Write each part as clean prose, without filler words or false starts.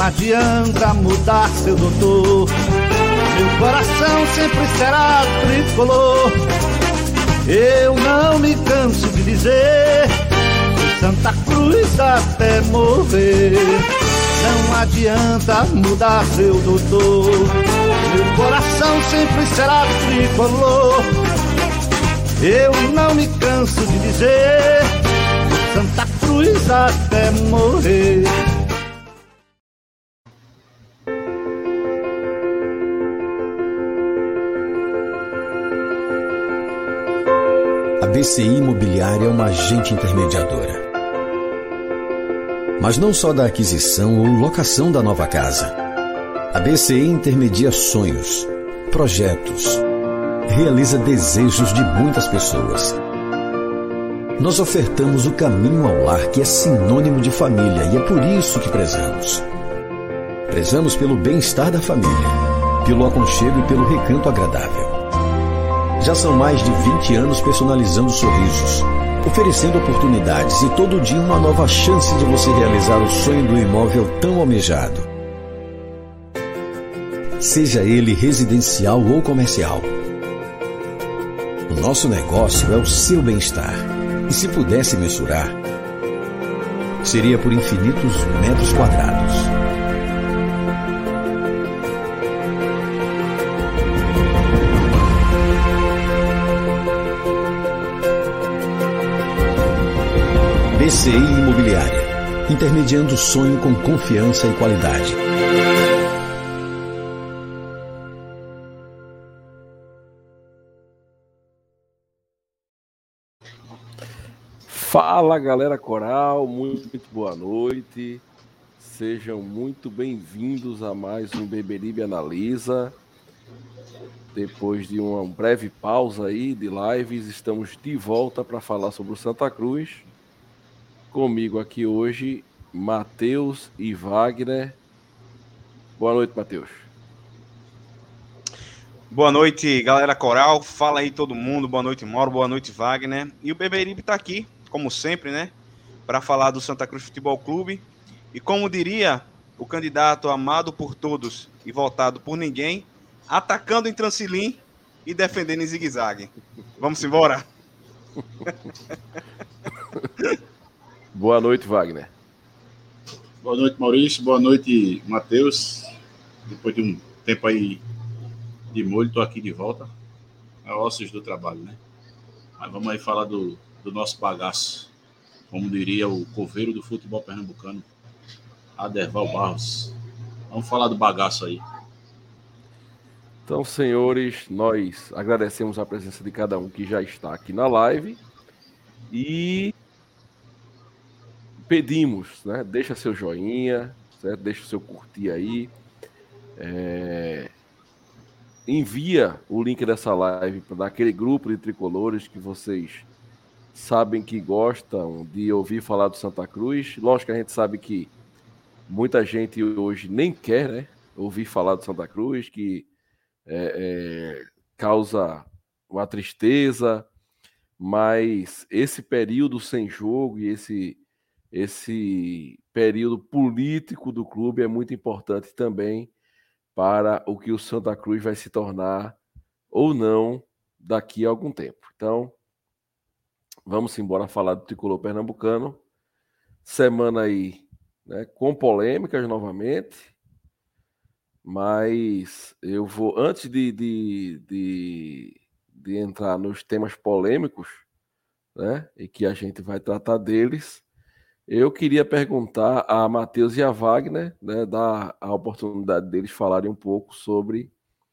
adianta mudar, seu doutor. Meu coração sempre será tricolor. Eu não me canso de dizer, Santa Cruz até morrer. Não adianta mudar, seu doutor. Meu coração sempre será tricolor. Eu não me canso de dizer, Santa Cruz até morrer. A BCI Imobiliária é uma agente intermediadora. Mas não só da aquisição ou locação da nova casa. A BCI intermedia sonhos, projetos, realiza desejos de muitas pessoas. Nós ofertamos o caminho ao lar, que é sinônimo de família, e é por isso que prezamos. Prezamos pelo bem-estar da família, pelo aconchego e pelo recanto agradável. Já são mais de 20 anos personalizando sorrisos, oferecendo oportunidades e todo dia uma nova chance de você realizar o sonho do imóvel tão almejado. Seja ele residencial ou comercial. O nosso negócio é o seu bem-estar. E se pudesse mensurar, seria por infinitos metros quadrados. BCI Imobiliária, intermediando o sonho com confiança e qualidade. Fala, galera coral, muito boa noite. Sejam muito bem-vindos a mais um Beberibe Analisa. Depois de uma breve pausa aí de lives, estamos de volta para falar sobre o Santa Cruz. Comigo aqui hoje, Matheus e Wagner. Boa noite, Matheus. Boa noite, galera coral. Fala aí todo mundo. Boa noite, Mauro. Boa noite, Wagner. E o Beberibe tá aqui, como sempre, né? Para falar do Santa Cruz Futebol Clube. E como diria o candidato amado por todos e votado por ninguém, atacando em Trancilim e defendendo em zigue-zague. Vamos embora? Boa noite, Wagner. Boa noite, Maurício. Boa noite, Matheus. Depois de um tempo aí de molho, estou aqui de volta. É ossos do trabalho, né? Mas vamos aí falar do nosso bagaço. Como diria o coveiro do futebol pernambucano, Aderval Barros. Vamos falar do bagaço aí. Então, senhores, nós agradecemos a presença de cada um que já está aqui na live e pedimos, né? Deixa seu joinha, certo? Deixa o seu curtir aí. Envia o link dessa live para aquele grupo de tricolores que vocês sabem que gostam de ouvir falar do Santa Cruz. Lógico que a gente sabe que muita gente hoje nem quer, né, ouvir falar do Santa Cruz, que causa uma tristeza, mas esse período sem jogo e esse período político do clube é muito importante também para o que o Santa Cruz vai se tornar ou não daqui a algum tempo. Então, vamos embora falar do tricolor pernambucano. Semana aí, né, com polêmicas novamente, mas eu vou, antes de entrar nos temas polêmicos, né, e que a gente vai tratar deles, eu queria perguntar a Matheus e a Wagner, né, dar a oportunidade deles falarem um pouco sobre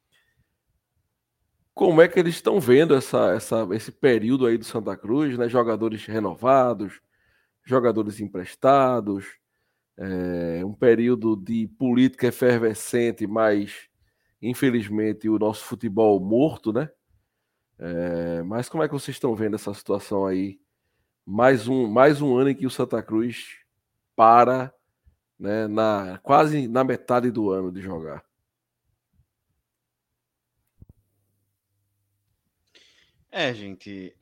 como é que eles estão vendo esse período aí do Santa Cruz, né, jogadores renovados, jogadores emprestados, um período de política efervescente, mas infelizmente o nosso futebol morto, né? Mas como é que vocês estão vendo essa situação aí? Mais um ano em que o Santa Cruz para, né, quase na metade do ano de jogar. Gente,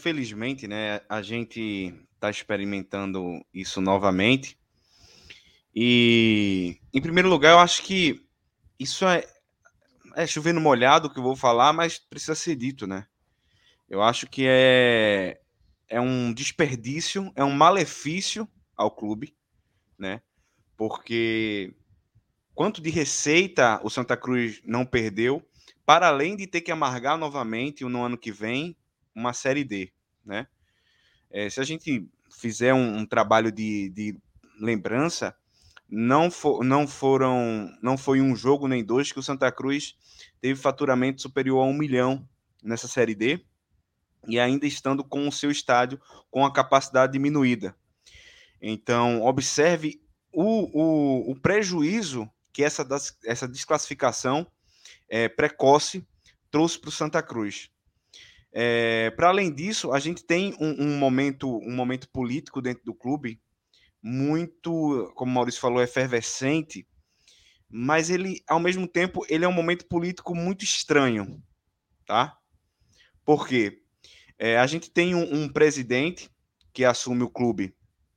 infelizmente, né, a gente está experimentando isso novamente E, em primeiro lugar, eu acho que isso é chover no molhado que eu vou falar, mas precisa ser dito, né? Eu acho que é um desperdício, é um malefício ao clube, né? Porque quanto de receita o Santa Cruz não perdeu, para além de ter que amargar novamente no ano que vem uma Série D, né? Se a gente fizer um trabalho de lembrança, não foi um jogo nem dois que o Santa Cruz teve faturamento superior a 1 milhão nessa Série D, e ainda estando com o seu estádio com a capacidade diminuída. Então, observe o prejuízo que essa desclassificação precoce trouxe para o Santa Cruz. Para além disso, a gente tem um momento político dentro do clube muito, como o Maurício falou, efervescente, mas ele, ao mesmo tempo, ele é um momento político muito estranho, tá? Por quê? A gente tem um presidente que assume o clube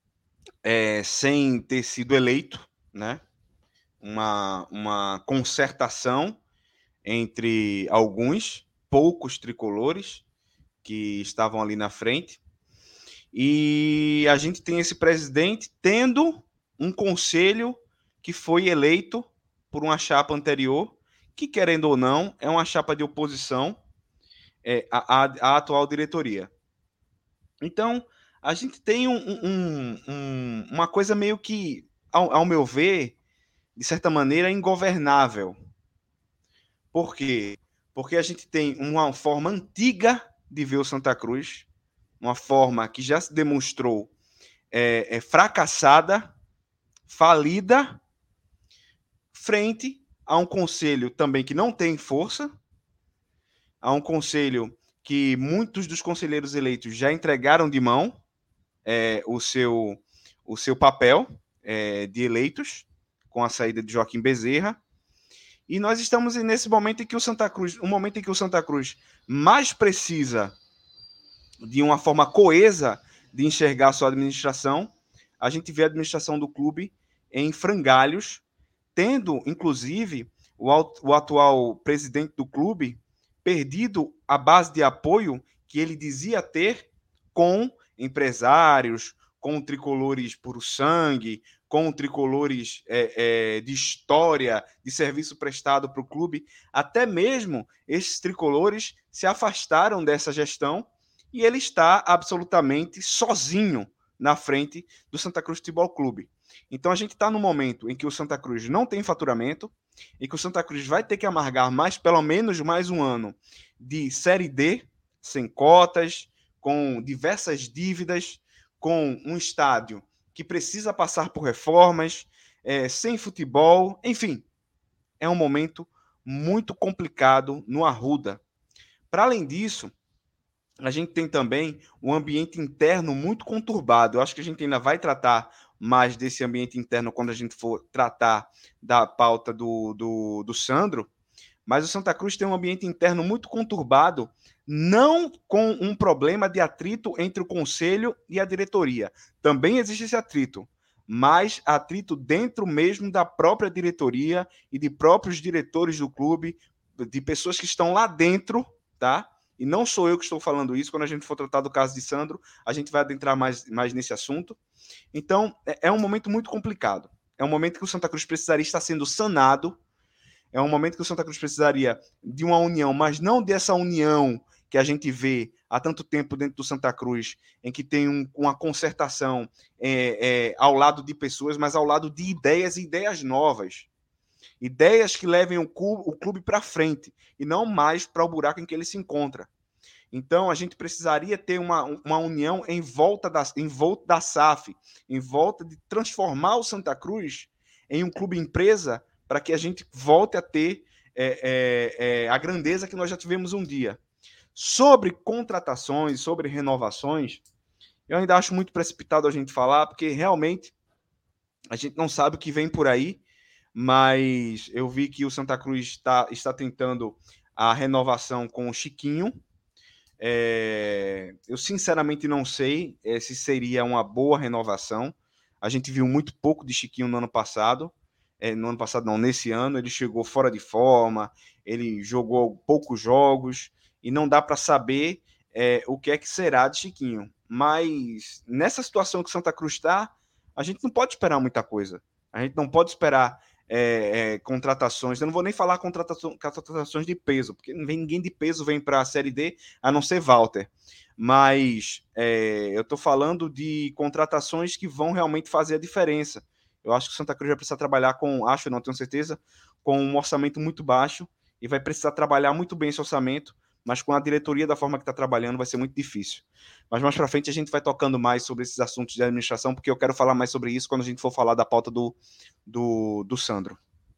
sem ter sido eleito, né? Uma concertação entre alguns, poucos tricolores que estavam ali na frente, e a gente tem esse presidente tendo um conselho que foi eleito por uma chapa anterior, que, querendo ou não, é uma chapa de oposição à atual diretoria. Então, a gente tem uma coisa meio que, ao meu ver, de certa maneira, ingovernável. Por quê? Porque a gente tem uma forma antiga de ver o Santa Cruz, uma forma que já se demonstrou fracassada, falida, frente a um conselho também que não tem força, a um conselho que muitos dos conselheiros eleitos já entregaram de mão o seu papel de eleitos, com a saída de Joaquim Bezerra. E nós estamos nesse momento em que o Santa Cruz mais precisa de uma forma coesa de enxergar a sua administração. A gente vê a administração do clube em frangalhos, tendo, inclusive, o atual presidente do clube perdido a base de apoio que ele dizia ter com empresários, com tricolores puro sangue, com tricolores de história, de serviço prestado para o clube. Até mesmo esses tricolores se afastaram dessa gestão e ele está absolutamente sozinho na frente do Santa Cruz Futebol Clube. Então a gente está no momento em que o Santa Cruz não tem faturamento, e que o Santa Cruz vai ter que amargar pelo menos mais um ano de Série D, sem cotas, com diversas dívidas, com um estádio que precisa passar por reformas, sem futebol, enfim, é um momento muito complicado no Arruda. Para além disso, a gente tem também um ambiente interno muito conturbado. Eu acho que a gente ainda vai tratar mais desse ambiente interno quando a gente for tratar da pauta do Sandro, mas o Santa Cruz tem um ambiente interno muito conturbado, não com um problema de atrito entre o conselho e a diretoria. Também existe esse atrito, mas atrito dentro mesmo da própria diretoria e de próprios diretores do clube, de pessoas que estão lá dentro, tá? E não sou eu que estou falando isso. Quando a gente for tratar do caso de Sandro, a gente vai adentrar mais nesse assunto. Então, é um momento muito complicado. É um momento que o Santa Cruz precisaria estar sendo sanado. É um momento que o Santa Cruz precisaria de uma união, mas não dessa união que a gente vê há tanto tempo dentro do Santa Cruz, em que tem uma concertação ao lado de pessoas, mas ao lado de ideias e ideias novas. Ideias que levem o clube para frente e não mais para o buraco em que ele se encontra. Então, a gente precisaria ter uma união em volta da SAF, em volta de transformar o Santa Cruz em um clube empresa para que a gente volte a ter a grandeza que nós já tivemos um dia. Sobre contratações, sobre renovações, eu ainda acho muito precipitado a gente falar, porque realmente a gente não sabe o que vem por aí, mas eu vi que o Santa Cruz está tentando a renovação com o Chiquinho. Eu sinceramente não sei se seria uma boa renovação. A gente viu muito pouco de Chiquinho no ano passado. No ano passado não, nesse ano ele chegou fora de forma, ele jogou poucos jogos e não dá para saber o que é que será de Chiquinho. Mas nessa situação que Santa Cruz está, a gente não pode esperar muita coisa. A gente não pode esperar contratações. Eu não vou nem falar contratações de peso, porque ninguém de peso vem para a Série D, a não ser Walter. Mas eu estou falando de contratações que vão realmente fazer a diferença. Eu acho que o Santa Cruz vai precisar trabalhar não tenho certeza, com um orçamento muito baixo e vai precisar trabalhar muito bem esse orçamento, mas com a diretoria da forma que está trabalhando vai ser muito difícil. Mas mais para frente a gente vai tocando mais sobre esses assuntos de administração, porque eu quero falar mais sobre isso quando a gente for falar da pauta do Sandro.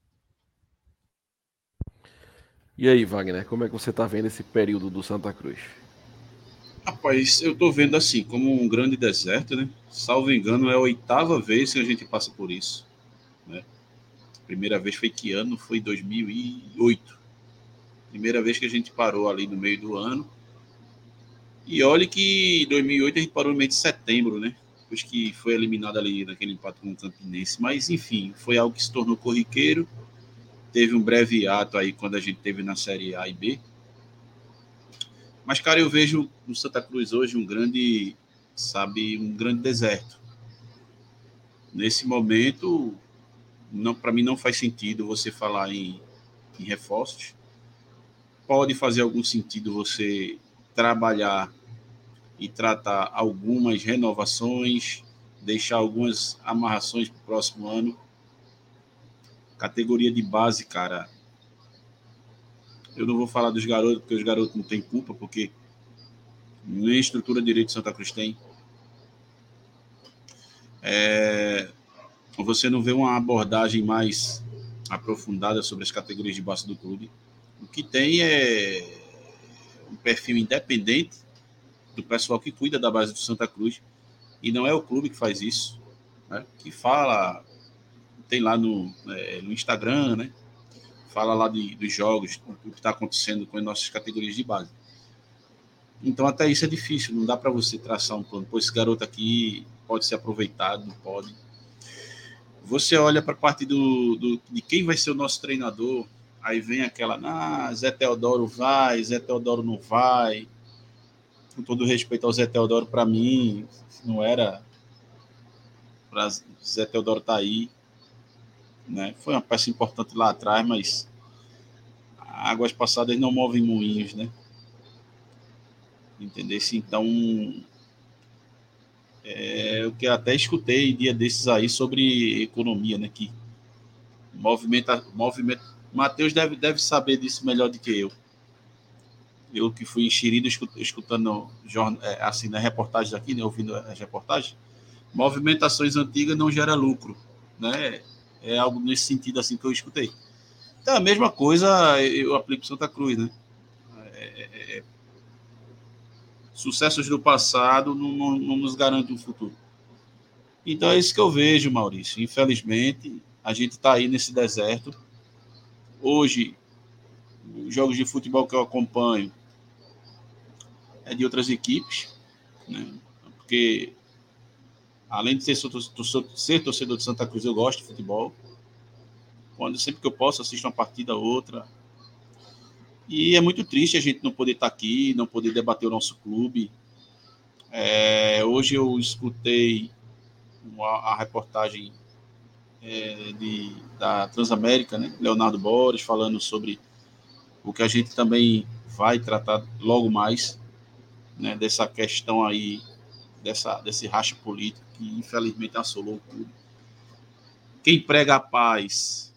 E aí, Wagner, como é que você está vendo esse período do Santa Cruz? Rapaz, eu tô vendo assim, como um grande deserto, né? Salvo engano, é a 8ª vez que a gente passa por isso, né? A primeira vez foi que ano? Foi 2008. Primeira vez que a gente parou ali no meio do ano. E olha que em 2008 a gente parou no mês de setembro, né? Depois que foi eliminado ali naquele empate com o Campinense. Mas, enfim, foi algo que se tornou corriqueiro. Teve um breve ato aí quando a gente teve na Série A e B. Mas, cara, eu vejo no Santa Cruz hoje um grande deserto. Nesse momento, para mim não faz sentido você falar em reforços. Pode fazer algum sentido você trabalhar e tratar algumas renovações, deixar algumas amarrações para o próximo ano. Categoria de base, cara. Eu não vou falar dos garotos, porque os garotos não têm culpa, porque nem estrutura direito de Santa Cruz tem. Você não vê uma abordagem mais aprofundada sobre as categorias de base do clube. O que tem é um perfil independente do pessoal que cuida da base do Santa Cruz, e não é o clube que faz isso, né? Que fala, tem lá no Instagram, né? Fala lá dos jogos, o que está acontecendo com as nossas categorias de base. Então até isso é difícil, não dá para você traçar um plano. Pô, esse garoto aqui pode ser aproveitado, não pode. Você olha para a parte de quem vai ser o nosso treinador, aí vem aquela, Zé Teodoro vai, Zé Teodoro não vai. Com todo respeito ao Zé Teodoro, para mim, não era para Zé Teodoro estar aí, né? Foi uma peça importante lá atrás, mas águas passadas não movem moinhos, né? Entendesse? Então, eu que até escutei dia desses aí sobre economia, né? Que movimento. Matheus deve saber disso melhor do que eu. Eu que fui enxerido escutando assim, nas reportagens aqui, né? Ouvindo as reportagens. Movimentações antigas não gera lucro, né? É algo nesse sentido assim que eu escutei. Então, a mesma coisa eu aplico Santa Cruz, né? Sucessos do passado não nos garantem um futuro. Então é isso que eu vejo, Maurício. Infelizmente, a gente está aí nesse deserto. Hoje, os jogos de futebol que eu acompanho é de outras equipes, né? Porque além de ser torcedor de Santa Cruz, eu gosto de futebol. Sempre que eu posso, assisto uma partida ou outra. E é muito triste a gente não poder estar aqui, não poder debater o nosso clube. Hoje eu escutei a reportagem da Transamérica, né? Leonardo Borges, falando sobre o que a gente também vai tratar logo mais, né? Dessa questão aí, desse racha político que infelizmente assolou o clube. Quem prega a paz,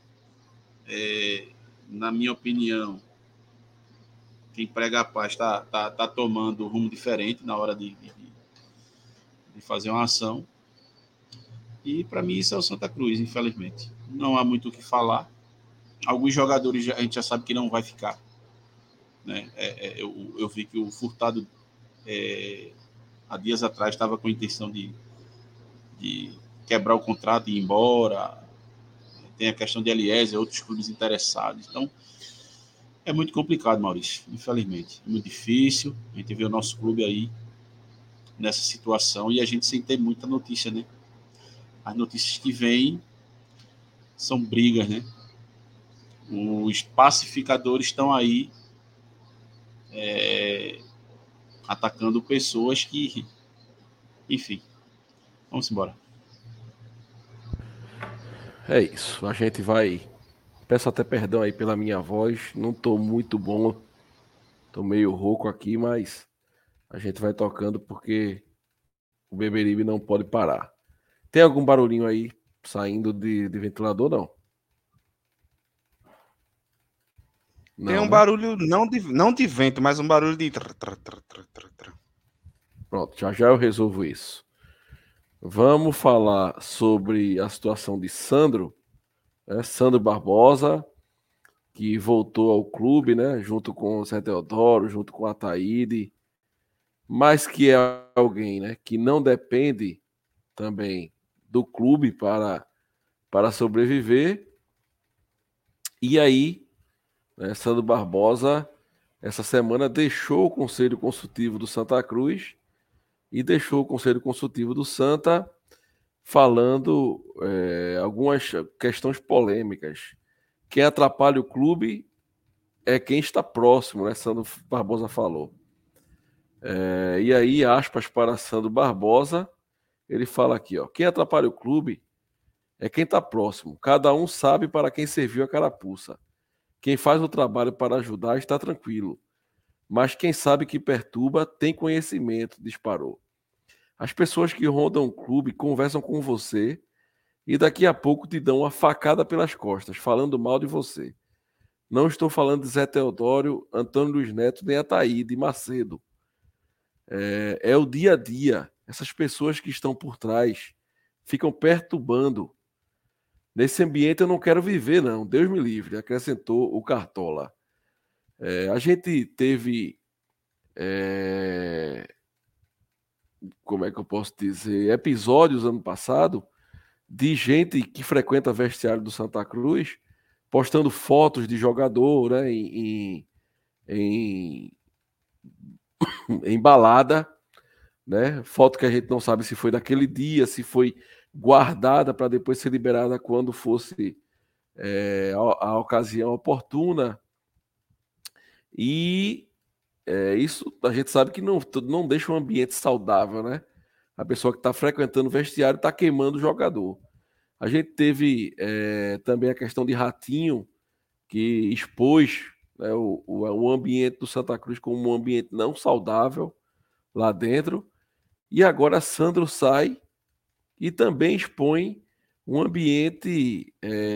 na minha opinião, quem prega a paz está tomando um rumo diferente na hora de fazer uma ação. E para mim isso é o Santa Cruz, infelizmente. Não há muito o que falar. Alguns jogadores a gente já sabe que não vai ficar, né? Eu vi que o Furtado há dias atrás estava com a intenção de quebrar o contrato e ir embora. Tem a questão de Eliezer, outros clubes interessados. Então, é muito complicado, Maurício, infelizmente. É muito difícil. A gente vê o nosso clube aí nessa situação e a gente sem ter muita notícia, né? as notícias que vêm são brigas, né? Os pacificadores estão aí atacando pessoas que... Enfim, vamos embora. É isso. A gente vai. Peço até perdão aí pela minha voz. Não tô muito bom. Tô meio rouco aqui, mas a gente vai tocando porque o Beberibe não pode parar. Tem algum barulhinho aí saindo de ventilador, não? Tem um né? barulho não de vento, mas um barulho de... Pronto, já já eu resolvo isso. Vamos falar sobre a situação de Sandro, né? Sandro Barbosa, que voltou ao clube, né? Junto com o Zé Teodoro, junto com a Ataíde, mas que é alguém, né? Que não depende também do clube para sobreviver. E aí, né, Sandro Barbosa, essa semana, deixou o Conselho Consultivo do Santa Cruz e deixou o Conselho Consultivo do Santa falando algumas questões polêmicas. Quem atrapalha o clube é quem está próximo, né? Sandro Barbosa falou. E aí, aspas para Sandro Barbosa, ele fala aqui, ó, quem atrapalha o clube é quem está próximo. Cada um sabe para quem serviu a carapuça. Quem faz o trabalho para ajudar está tranquilo. Mas quem sabe que perturba tem conhecimento, disparou. As pessoas que rondam o clube conversam com você e daqui a pouco te dão uma facada pelas costas, falando mal de você. Não estou falando de Zé Teodoro, Antônio Luiz Neto, nem Ataíde Macedo. É o dia a dia. Essas pessoas que estão por trás ficam perturbando. Nesse ambiente eu não quero viver, não. Deus me livre, acrescentou o Cartola. A gente teve... como é que eu posso dizer? Episódios ano passado de gente que frequenta vestiário do Santa Cruz postando fotos de jogador, né, em balada, né? Foto que a gente não sabe se foi daquele dia, se foi guardada para depois ser liberada quando fosse a ocasião oportuna. E isso a gente sabe que não deixa um ambiente saudável, né? A pessoa que está frequentando o vestiário está queimando o jogador. A gente teve também a questão de Ratinho, que expôs, né, o ambiente do Santa Cruz como um ambiente não saudável lá dentro. E agora Sandro sai e também expõe um ambiente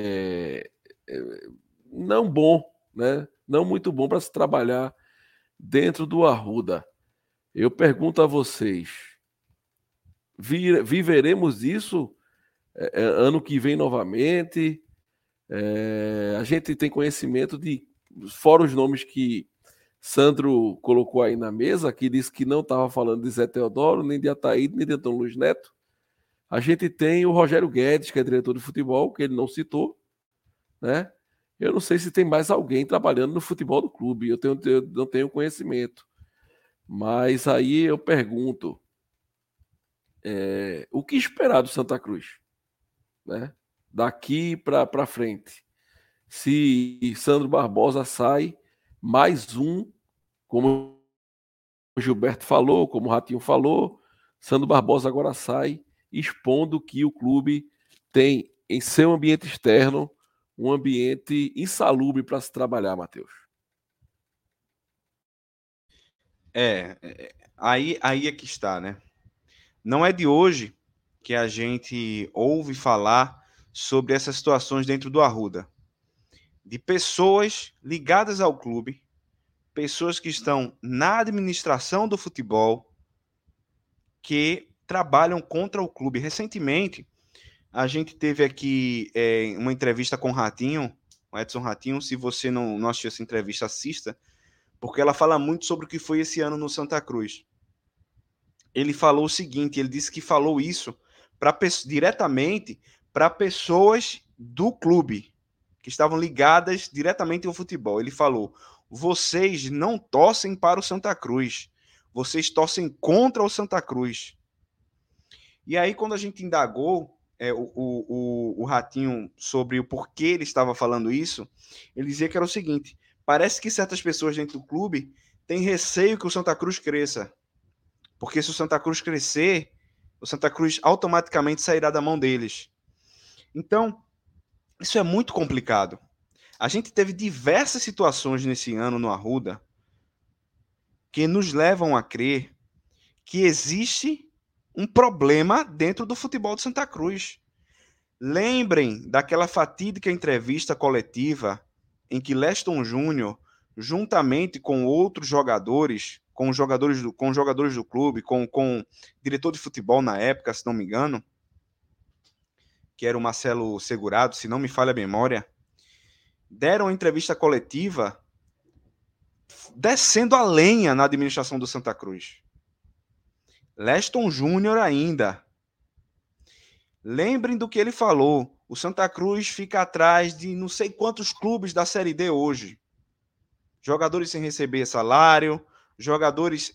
não bom, né? Não muito bom para se trabalhar dentro do Arruda. Eu pergunto a vocês, viveremos isso ano que vem novamente? A gente tem conhecimento de, fora os nomes que Sandro colocou aí na mesa, que disse que não estava falando de Zé Teodoro, nem de Ataíde, nem de Antônio Luiz Neto. A gente tem o Rogério Guedes, que é diretor de futebol, que ele não citou, né? Eu não sei se tem mais alguém trabalhando no futebol do clube, eu não tenho conhecimento. Mas aí eu pergunto, o que esperar do Santa Cruz, né? Daqui para frente. Se Sandro Barbosa sai, mais um, como o Gilberto falou, como o Ratinho falou, Sandro Barbosa agora sai, expondo que o clube tem em seu ambiente externo um ambiente insalubre para se trabalhar, Matheus. Aí é que está, né? Não é de hoje que a gente ouve falar sobre essas situações dentro do Arruda. De pessoas ligadas ao clube, pessoas que estão na administração do futebol, que trabalham contra o clube. Recentemente, a gente teve aqui uma entrevista com o Ratinho, o Edson Ratinho. Se você não assistiu essa entrevista, assista, porque ela fala muito sobre o que foi esse ano no Santa Cruz. Ele falou o seguinte, ele disse que falou isso diretamente para pessoas do clube, que estavam ligadas diretamente ao futebol. Ele falou, vocês não torcem para o Santa Cruz, vocês torcem contra o Santa Cruz. E aí, quando a gente indagou o Ratinho sobre o porquê ele estava falando isso, ele dizia que era o seguinte: parece que certas pessoas dentro do clube têm receio que o Santa Cruz cresça, porque se o Santa Cruz crescer, o Santa Cruz automaticamente sairá da mão deles. Então, isso é muito complicado. A gente teve diversas situações nesse ano no Arruda que nos levam a crer que existe um problema dentro do futebol de Santa Cruz. Lembrem daquela fatídica entrevista coletiva em que Leston Júnior, juntamente com outros jogadores, com os jogadores do clube, com o diretor de futebol na época, se não me engano, que era o Marcelo Segurado, se não me falha a memória, deram uma entrevista coletiva descendo a lenha na administração do Santa Cruz. Leston Júnior ainda. Lembrem do que ele falou. O Santa Cruz fica atrás de não sei quantos clubes da Série D hoje. Jogadores sem receber salário, jogadores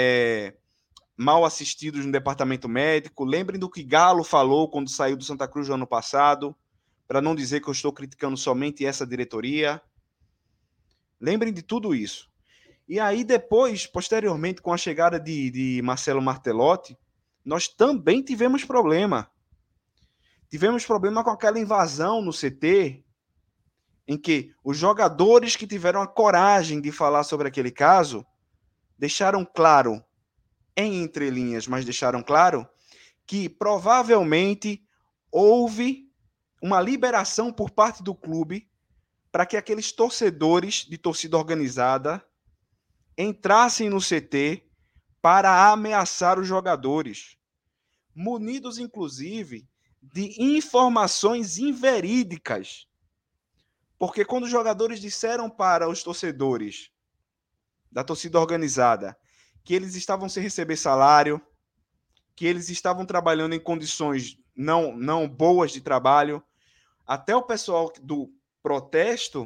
mal assistidos no departamento médico. Lembrem do que Galo falou quando saiu do Santa Cruz no ano passado, para não dizer que eu estou criticando somente essa diretoria. Lembrem de tudo isso. E aí depois, posteriormente, com a chegada de Marcelo Martelotti, nós também tivemos problema. Tivemos problema com aquela invasão no CT, em que os jogadores que tiveram a coragem de falar sobre aquele caso deixaram claro, em entrelinhas, mas deixaram claro, que provavelmente houve uma liberação por parte do clube para que aqueles torcedores de torcida organizada entrassem no CT para ameaçar os jogadores, munidos, inclusive, de informações inverídicas. Porque quando os jogadores disseram para os torcedores da torcida organizada que eles estavam sem receber salário, que eles estavam trabalhando em condições não boas de trabalho, até o pessoal do protesto,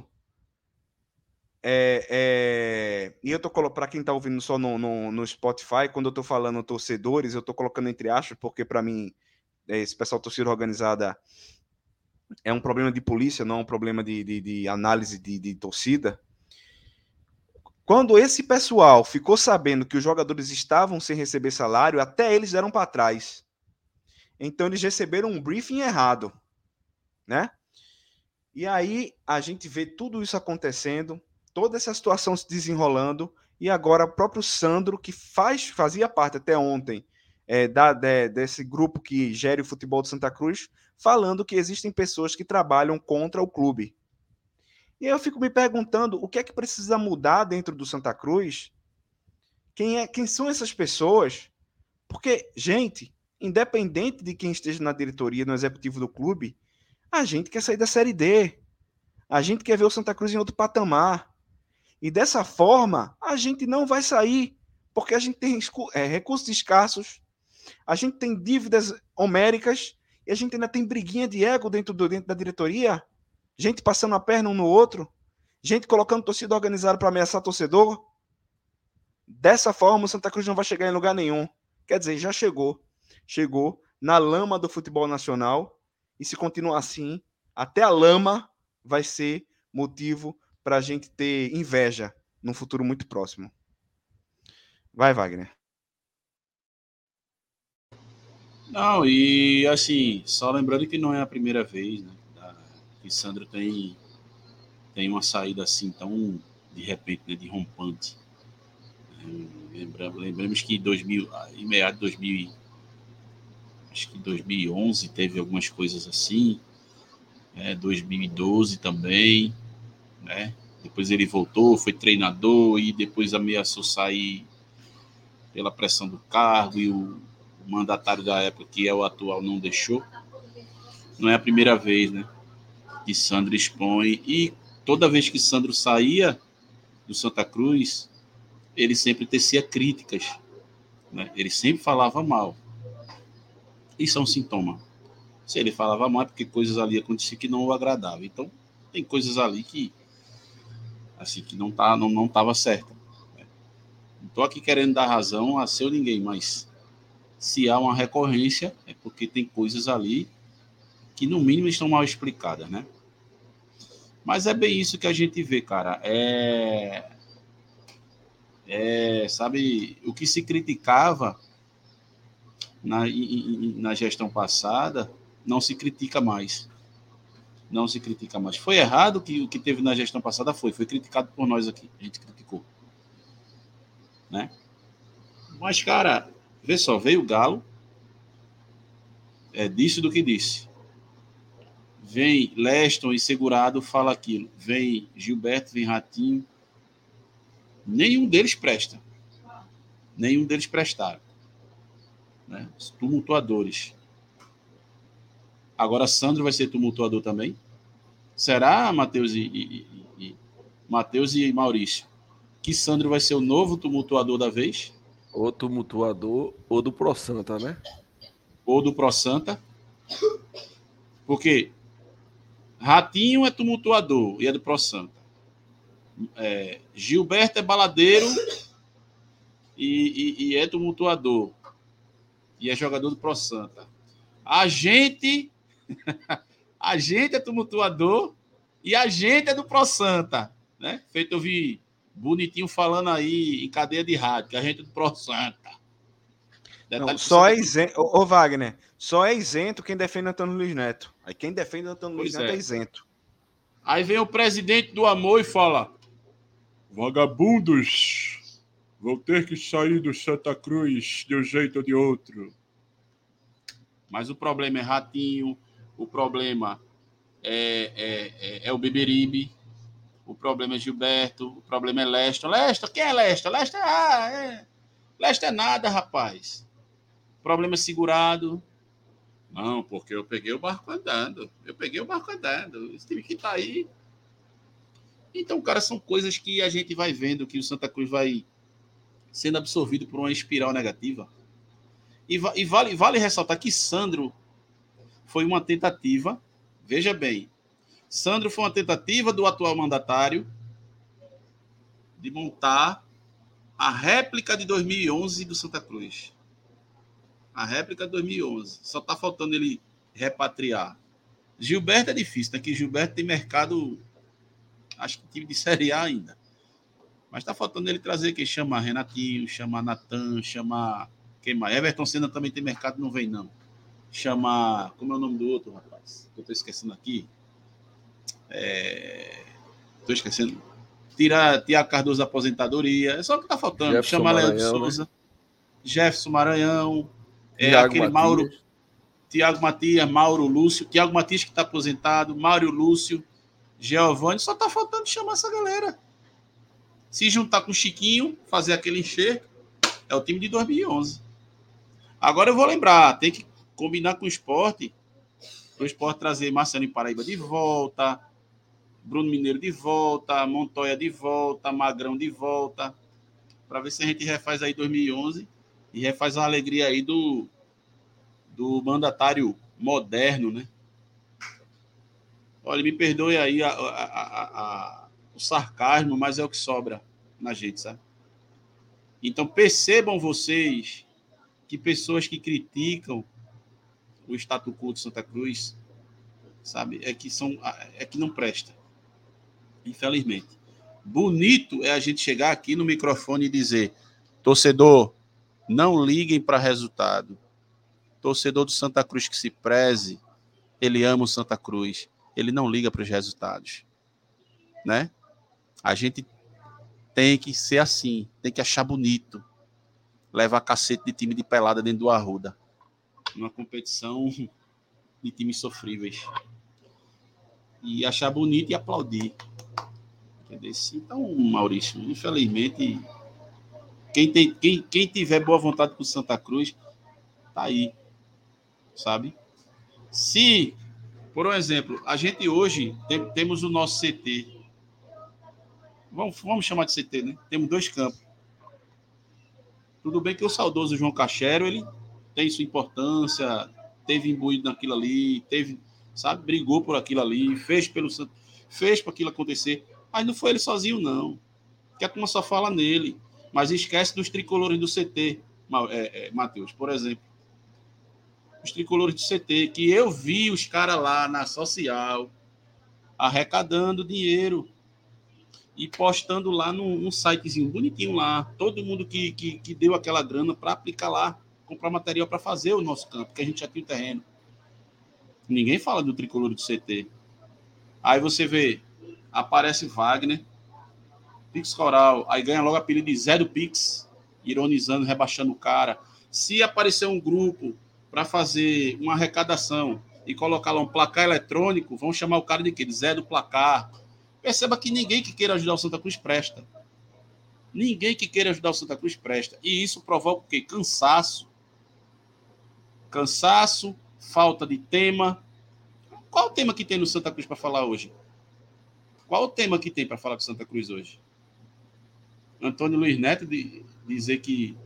e eu tô colocando, para quem está ouvindo só no Spotify, quando eu estou falando torcedores, eu estou colocando entre aspas, porque para mim esse pessoal torcida organizada é um problema de polícia, não é um problema de análise de torcida. Quando esse pessoal ficou sabendo que os jogadores estavam sem receber salário, até eles deram para trás. Então eles receberam um briefing errado, né? E aí a gente vê tudo isso acontecendo, toda essa situação se desenrolando, e agora o próprio Sandro, que fazia parte até ontem desse grupo que gere o futebol de Santa Cruz, falando que existem pessoas que trabalham contra o clube. E aí eu fico me perguntando o que é que precisa mudar dentro do Santa Cruz? Quem são essas pessoas? Porque, gente, independente de quem esteja na diretoria, no executivo do clube, a gente quer sair da Série D. A gente quer ver o Santa Cruz em outro patamar. E dessa forma, a gente não vai sair, porque a gente tem recursos escassos, a gente tem dívidas homéricas, e a gente ainda tem briguinha de ego dentro da diretoria, gente passando a perna um no outro, gente colocando torcida organizada para ameaçar torcedor. Dessa forma, o Santa Cruz não vai chegar em lugar nenhum. Quer dizer, já chegou. Chegou na lama do futebol nacional, e se continuar assim, até a lama vai ser motivo para a gente ter inveja num futuro muito próximo. Vai, Wagner. Não, e assim, só lembrando que não é a primeira vez, né, que Sandro tem uma saída assim tão de repente, né, de rompante. Lembramos que em meados de 2000, acho que 2011 teve algumas coisas assim, 2012 também, né? Depois ele voltou, foi treinador e depois ameaçou sair pela pressão do cargo, e o mandatário da época, que é o atual, não deixou. Não é a primeira vez, né, que Sandro expõe, e toda vez que Sandro saía do Santa Cruz, ele sempre tecia críticas, né? Ele sempre falava mal. Isso é um sintoma. Se ele falava mal é porque coisas ali aconteciam que não o agradavam. Então, tem coisas ali que assim, que não estava certa. Não estou aqui querendo dar razão a seu ninguém, mas se há uma recorrência, é porque tem coisas ali que no mínimo estão mal explicadas, né? Mas é bem isso que a gente vê, cara. Sabe, o que se criticava na gestão passada, não se critica mais. Não se critica mais. Foi errado que o que teve na gestão passada foi criticado por nós aqui. A gente criticou. Né? Mas, cara, vê só, veio o Galo, disse do que disse. Vem Leston e Segurado, fala aquilo. Vem Gilberto, vem Ratinho. Nenhum deles presta. Nenhum deles prestaram. Né? Os tumultuadores. Agora Sandro vai ser tumultuador também? Será, Matheus e Maurício, que Sandro vai ser o novo tumultuador da vez? Ou tumultuador ou do Pro Santa, né? Ou do Pro Santa. Porque Ratinho é tumultuador e é do Pro Santa. Gilberto é baladeiro e é tumultuador. E é jogador do Pro Santa. A gente é tumultuador e a gente é do Pro Santa. Né? Feito eu vi bonitinho falando aí em cadeia de rádio, que a gente é do Pro Santa. Não, só é isento. Ô, Wagner, só é isento quem defende Antônio Luiz Neto. Aí quem defende Antônio Luiz Neto é isento. Aí vem o presidente do Amor e fala: vagabundos, vou ter que sair do Santa Cruz de um jeito ou de outro. Mas o problema é Ratinho, o problema é o Beberibe, o problema é Gilberto, o problema é Leston. Leston, quem é Leston? Leston é nada, rapaz. O problema é Segurado. Não, porque eu peguei o barco andando. Esse time que tá aí. Então, cara, são coisas que a gente vai vendo que o Santa Cruz vai sendo absorvido por uma espiral negativa. E vale ressaltar que Sandro foi uma tentativa, veja bem, Sandro foi uma tentativa do atual mandatário de montar a réplica de 2011 do Santa Cruz. A réplica de 2011. Só está faltando ele repatriar. Gilberto é difícil, né? Que Gilberto tem mercado, acho que time de Série A ainda. Mas está faltando ele trazer quem chama Renatinho, chama Natan, chama... Quem mais? Everton Senna também tem mercado, não vem não. Chama... Como é o nome do outro, rapaz? Que eu estou esquecendo aqui. Estou esquecendo. Tirar Tiago Cardoso da aposentadoria. É só o que está faltando. Jefferson Chama Léo de Maranhão, Souza. né? Jefferson Maranhão. Thiago Aquele Matias. Mauro... Tiago Matias, Mauro Lúcio. Tiago Matias que está aposentado. Mário Lúcio. Giovanni. Só está faltando chamar essa galera. Se juntar com o Chiquinho, fazer aquele enxerto. É o time de 2011. Agora eu vou lembrar, tem que combinar com o Sport, para o Sport trazer Marcelinho Paraíba de volta, Bruno Mineiro de volta, Montoya de volta, Magrão de volta, para ver se a gente refaz aí 2011 e refaz a alegria aí do mandatário moderno, né? Olha, me perdoe aí o sarcasmo, mas é o que sobra na gente, sabe? Então percebam vocês que pessoas que criticam o status quo de Santa Cruz, sabe, é que não presta. Infelizmente. Bonito é a gente chegar aqui no microfone e dizer: torcedor, não liguem para resultado. Torcedor do Santa Cruz que se preze, ele ama o Santa Cruz, ele não liga para os resultados, né? A gente tem que ser assim, tem que achar bonito levar cacete de time de pelada dentro do Arruda. Numa competição de times sofríveis. E achar bonito e aplaudir. Entendeu? Então, Maurício, infelizmente, quem tiver boa vontade com Santa Cruz, tá aí. Sabe? Se, por um exemplo, a gente hoje temos o nosso CT. Vamos chamar de CT, né? Temos 2 campos. Tudo bem que o saudoso João Cachero, ele tem sua importância, teve imbuído naquilo ali, sabe, brigou por aquilo ali, fez para aquilo acontecer, mas não foi ele sozinho, não. Que a turma só fala nele, mas esquece dos tricolores do CT, Matheus, por exemplo. os tricolores de CT, que eu vi os caras lá na social arrecadando dinheiro e postando lá num sitezinho bonitinho lá, todo mundo que deu aquela grana para aplicar lá, comprar material para fazer o nosso campo, porque a gente já tinha o terreno. Ninguém fala do tricolor do CT. Aí você vê, aparece Wagner, Pix Coral, aí ganha logo apelido de Zé do Pix, ironizando, rebaixando o cara. Se aparecer um grupo para fazer uma arrecadação e colocar lá um placar eletrônico, vão chamar o cara de quê? De Zé do Placar. Perceba que ninguém que queira ajudar o Santa Cruz presta. Ninguém que queira ajudar o Santa Cruz presta. E isso provoca o quê? Cansaço. Cansaço, falta de tema. Qual o tema que tem no Santa Cruz para falar hoje? Qual o tema que tem para falar com Santa Cruz hoje? Antônio Luiz Neto dizer que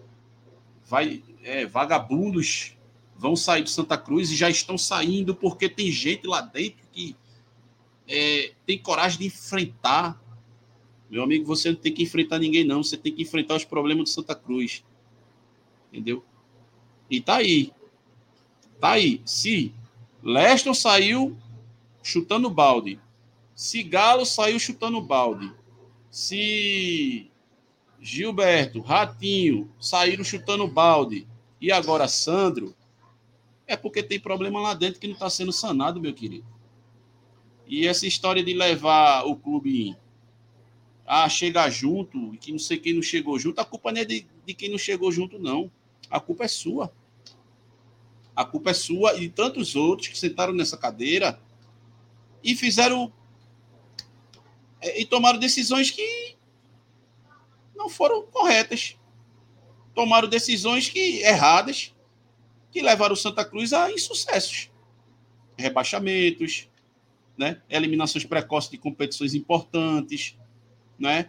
vagabundos vão sair de Santa Cruz e já estão saindo porque tem gente lá dentro que tem coragem de enfrentar. Meu amigo, você não tem que enfrentar ninguém, não. Você tem que enfrentar os problemas de Santa Cruz. Entendeu? E tá aí. Tá aí. Se Leston saiu chutando balde, se Galo saiu chutando balde, se Gilberto, Ratinho saíram chutando balde e agora Sandro, é porque tem problema lá dentro que não está sendo sanado, meu querido. E essa história de levar o clube a chegar junto e que não sei quem não chegou junto, a culpa não é de quem não chegou junto, não. A culpa é sua. A culpa é sua e de tantos outros que sentaram nessa cadeira e fizeram e tomaram decisões que não foram corretas. Tomaram decisões erradas que levaram o Santa Cruz a insucessos. Rebaixamentos, né? Eliminações precoces de competições importantes, né?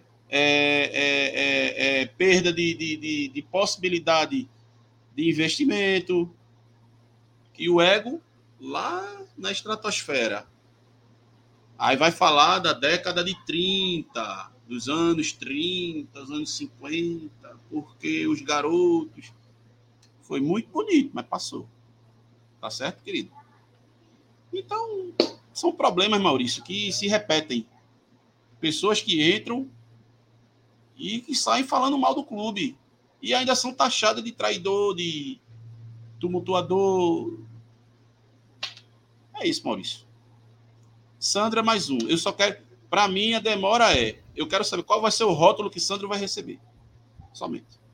Perda de possibilidade de investimento. E o ego lá na estratosfera. Aí vai falar da década de 30, dos anos 30, dos anos 50, porque os garotos... Foi muito bonito, mas passou. Tá certo, querido? Então, são problemas, Maurício, que se repetem. Pessoas que entram e que saem falando mal do clube. E ainda são taxadas de traidor, de tumultuador. É isso, Maurício. Sandra, mais um. Eu só quero... Para mim, a demora eu quero saber qual vai ser o rótulo que Sandro vai receber. Somente.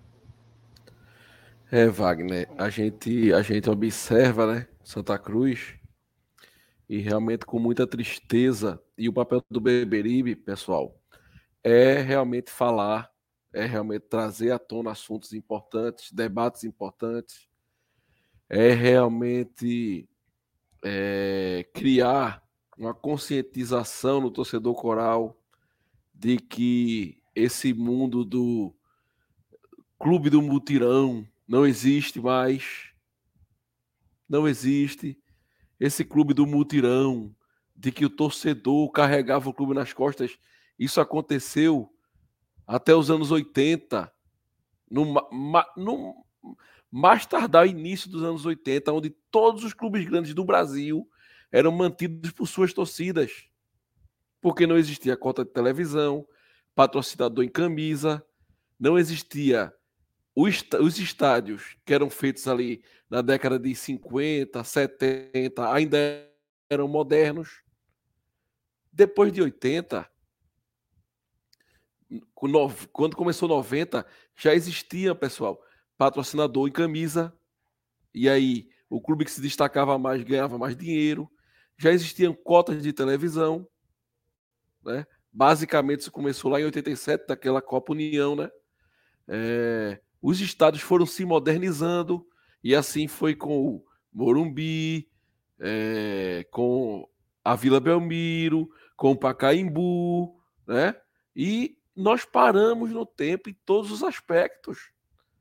Wagner, a gente observa, né, Santa Cruz, e realmente com muita tristeza, e o papel do Beberibe, pessoal, é realmente falar, é realmente trazer à tona assuntos importantes, debates importantes, é realmente criar uma conscientização no torcedor coral de que esse mundo do clube do mutirão não existe mais. Não existe esse clube do mutirão, de que o torcedor carregava o clube nas costas. Isso aconteceu até os anos 80, no mais tardar início dos anos 80, onde todos os clubes grandes do Brasil eram mantidos por suas torcidas, porque não existia cota de televisão, patrocinador em camisa, não existia os estádios que eram feitos ali na década de 50, 70, ainda eram modernos. Depois de 80, quando começou 90, já existia, pessoal, patrocinador em camisa, e aí o clube que se destacava mais ganhava mais dinheiro, já existiam cotas de televisão, né? Basicamente isso começou lá em 87, daquela Copa União, né? Os estádios foram se modernizando, e assim foi com o Morumbi, com a Vila Belmiro, com o Pacaembu, né? E nós paramos no tempo em todos os aspectos.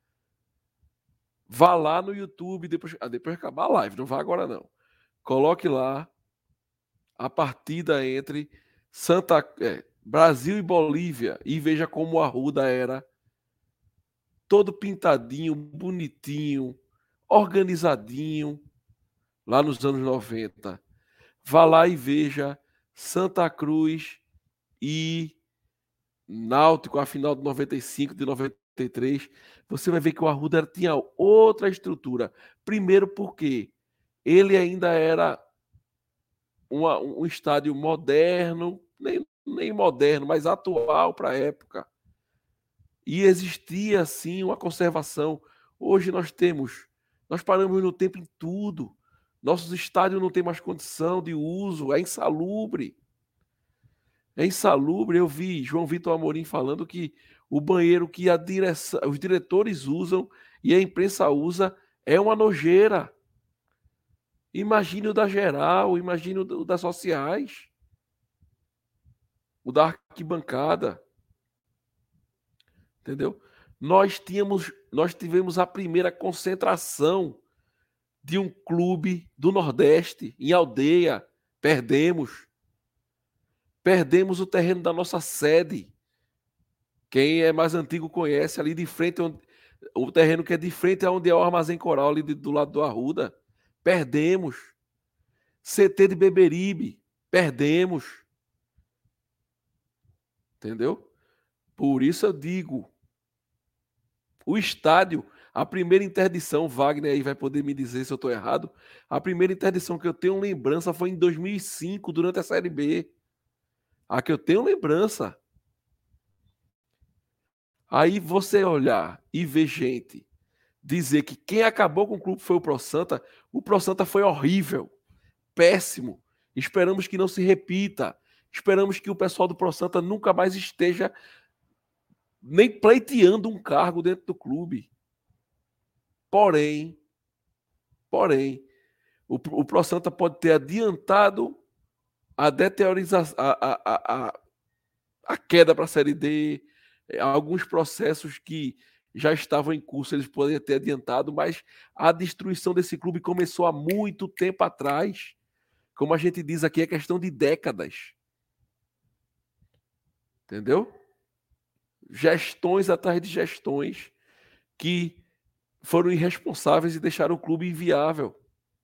Vá lá no YouTube, depois acabar a live, não vá agora não. Coloque lá a partida entre Brasil e Bolívia e veja como o Arruda era todo pintadinho, bonitinho, organizadinho, lá nos anos 90. Vá lá e veja Santa Cruz e Náutico, a final de 95, de 93. Você vai ver que o Arruda tinha outra estrutura. Primeiro porque ele ainda era um estádio moderno, nem moderno, mas atual para a época. E existia, sim, uma conservação. Hoje nós paramos no tempo em tudo. Nossos estádios não têm mais condição de uso, é insalubre. É insalubre. Eu vi João Vitor Amorim falando que o banheiro que os diretores usam e a imprensa usa é uma nojeira. Imagine o da geral, imagine o das sociais, o da arquibancada. Entendeu? Nós tivemos a primeira concentração de um clube do Nordeste, em Aldeia. Perdemos o terreno da nossa sede. Quem é mais antigo conhece, ali de frente, o terreno que é de frente é onde é o Armazém Coral, ali do lado do Arruda. Perdemos. CT de Beberibe. Perdemos. Entendeu? Por isso eu digo, o estádio, a primeira interdição, Wagner aí vai poder me dizer se eu estou errado, a primeira interdição que eu tenho lembrança foi em 2005, durante a Série B. A que eu tenho lembrança. Aí você olhar e ver gente dizer que quem acabou com o clube foi o Pro Santa foi horrível, péssimo. Esperamos que não se repita. Esperamos que o pessoal do Pro Santa nunca mais esteja nem pleiteando um cargo dentro do clube. Porém, o Pro Santa pode ter adiantado a deteriorização, a queda para a Série D, alguns processos que já estavam em curso, eles poderiam ter adiantado, mas a destruição desse clube começou há muito tempo atrás. Como a gente diz aqui, é questão de décadas. Entendeu? Gestões atrás de gestões que foram irresponsáveis e deixaram o clube inviável.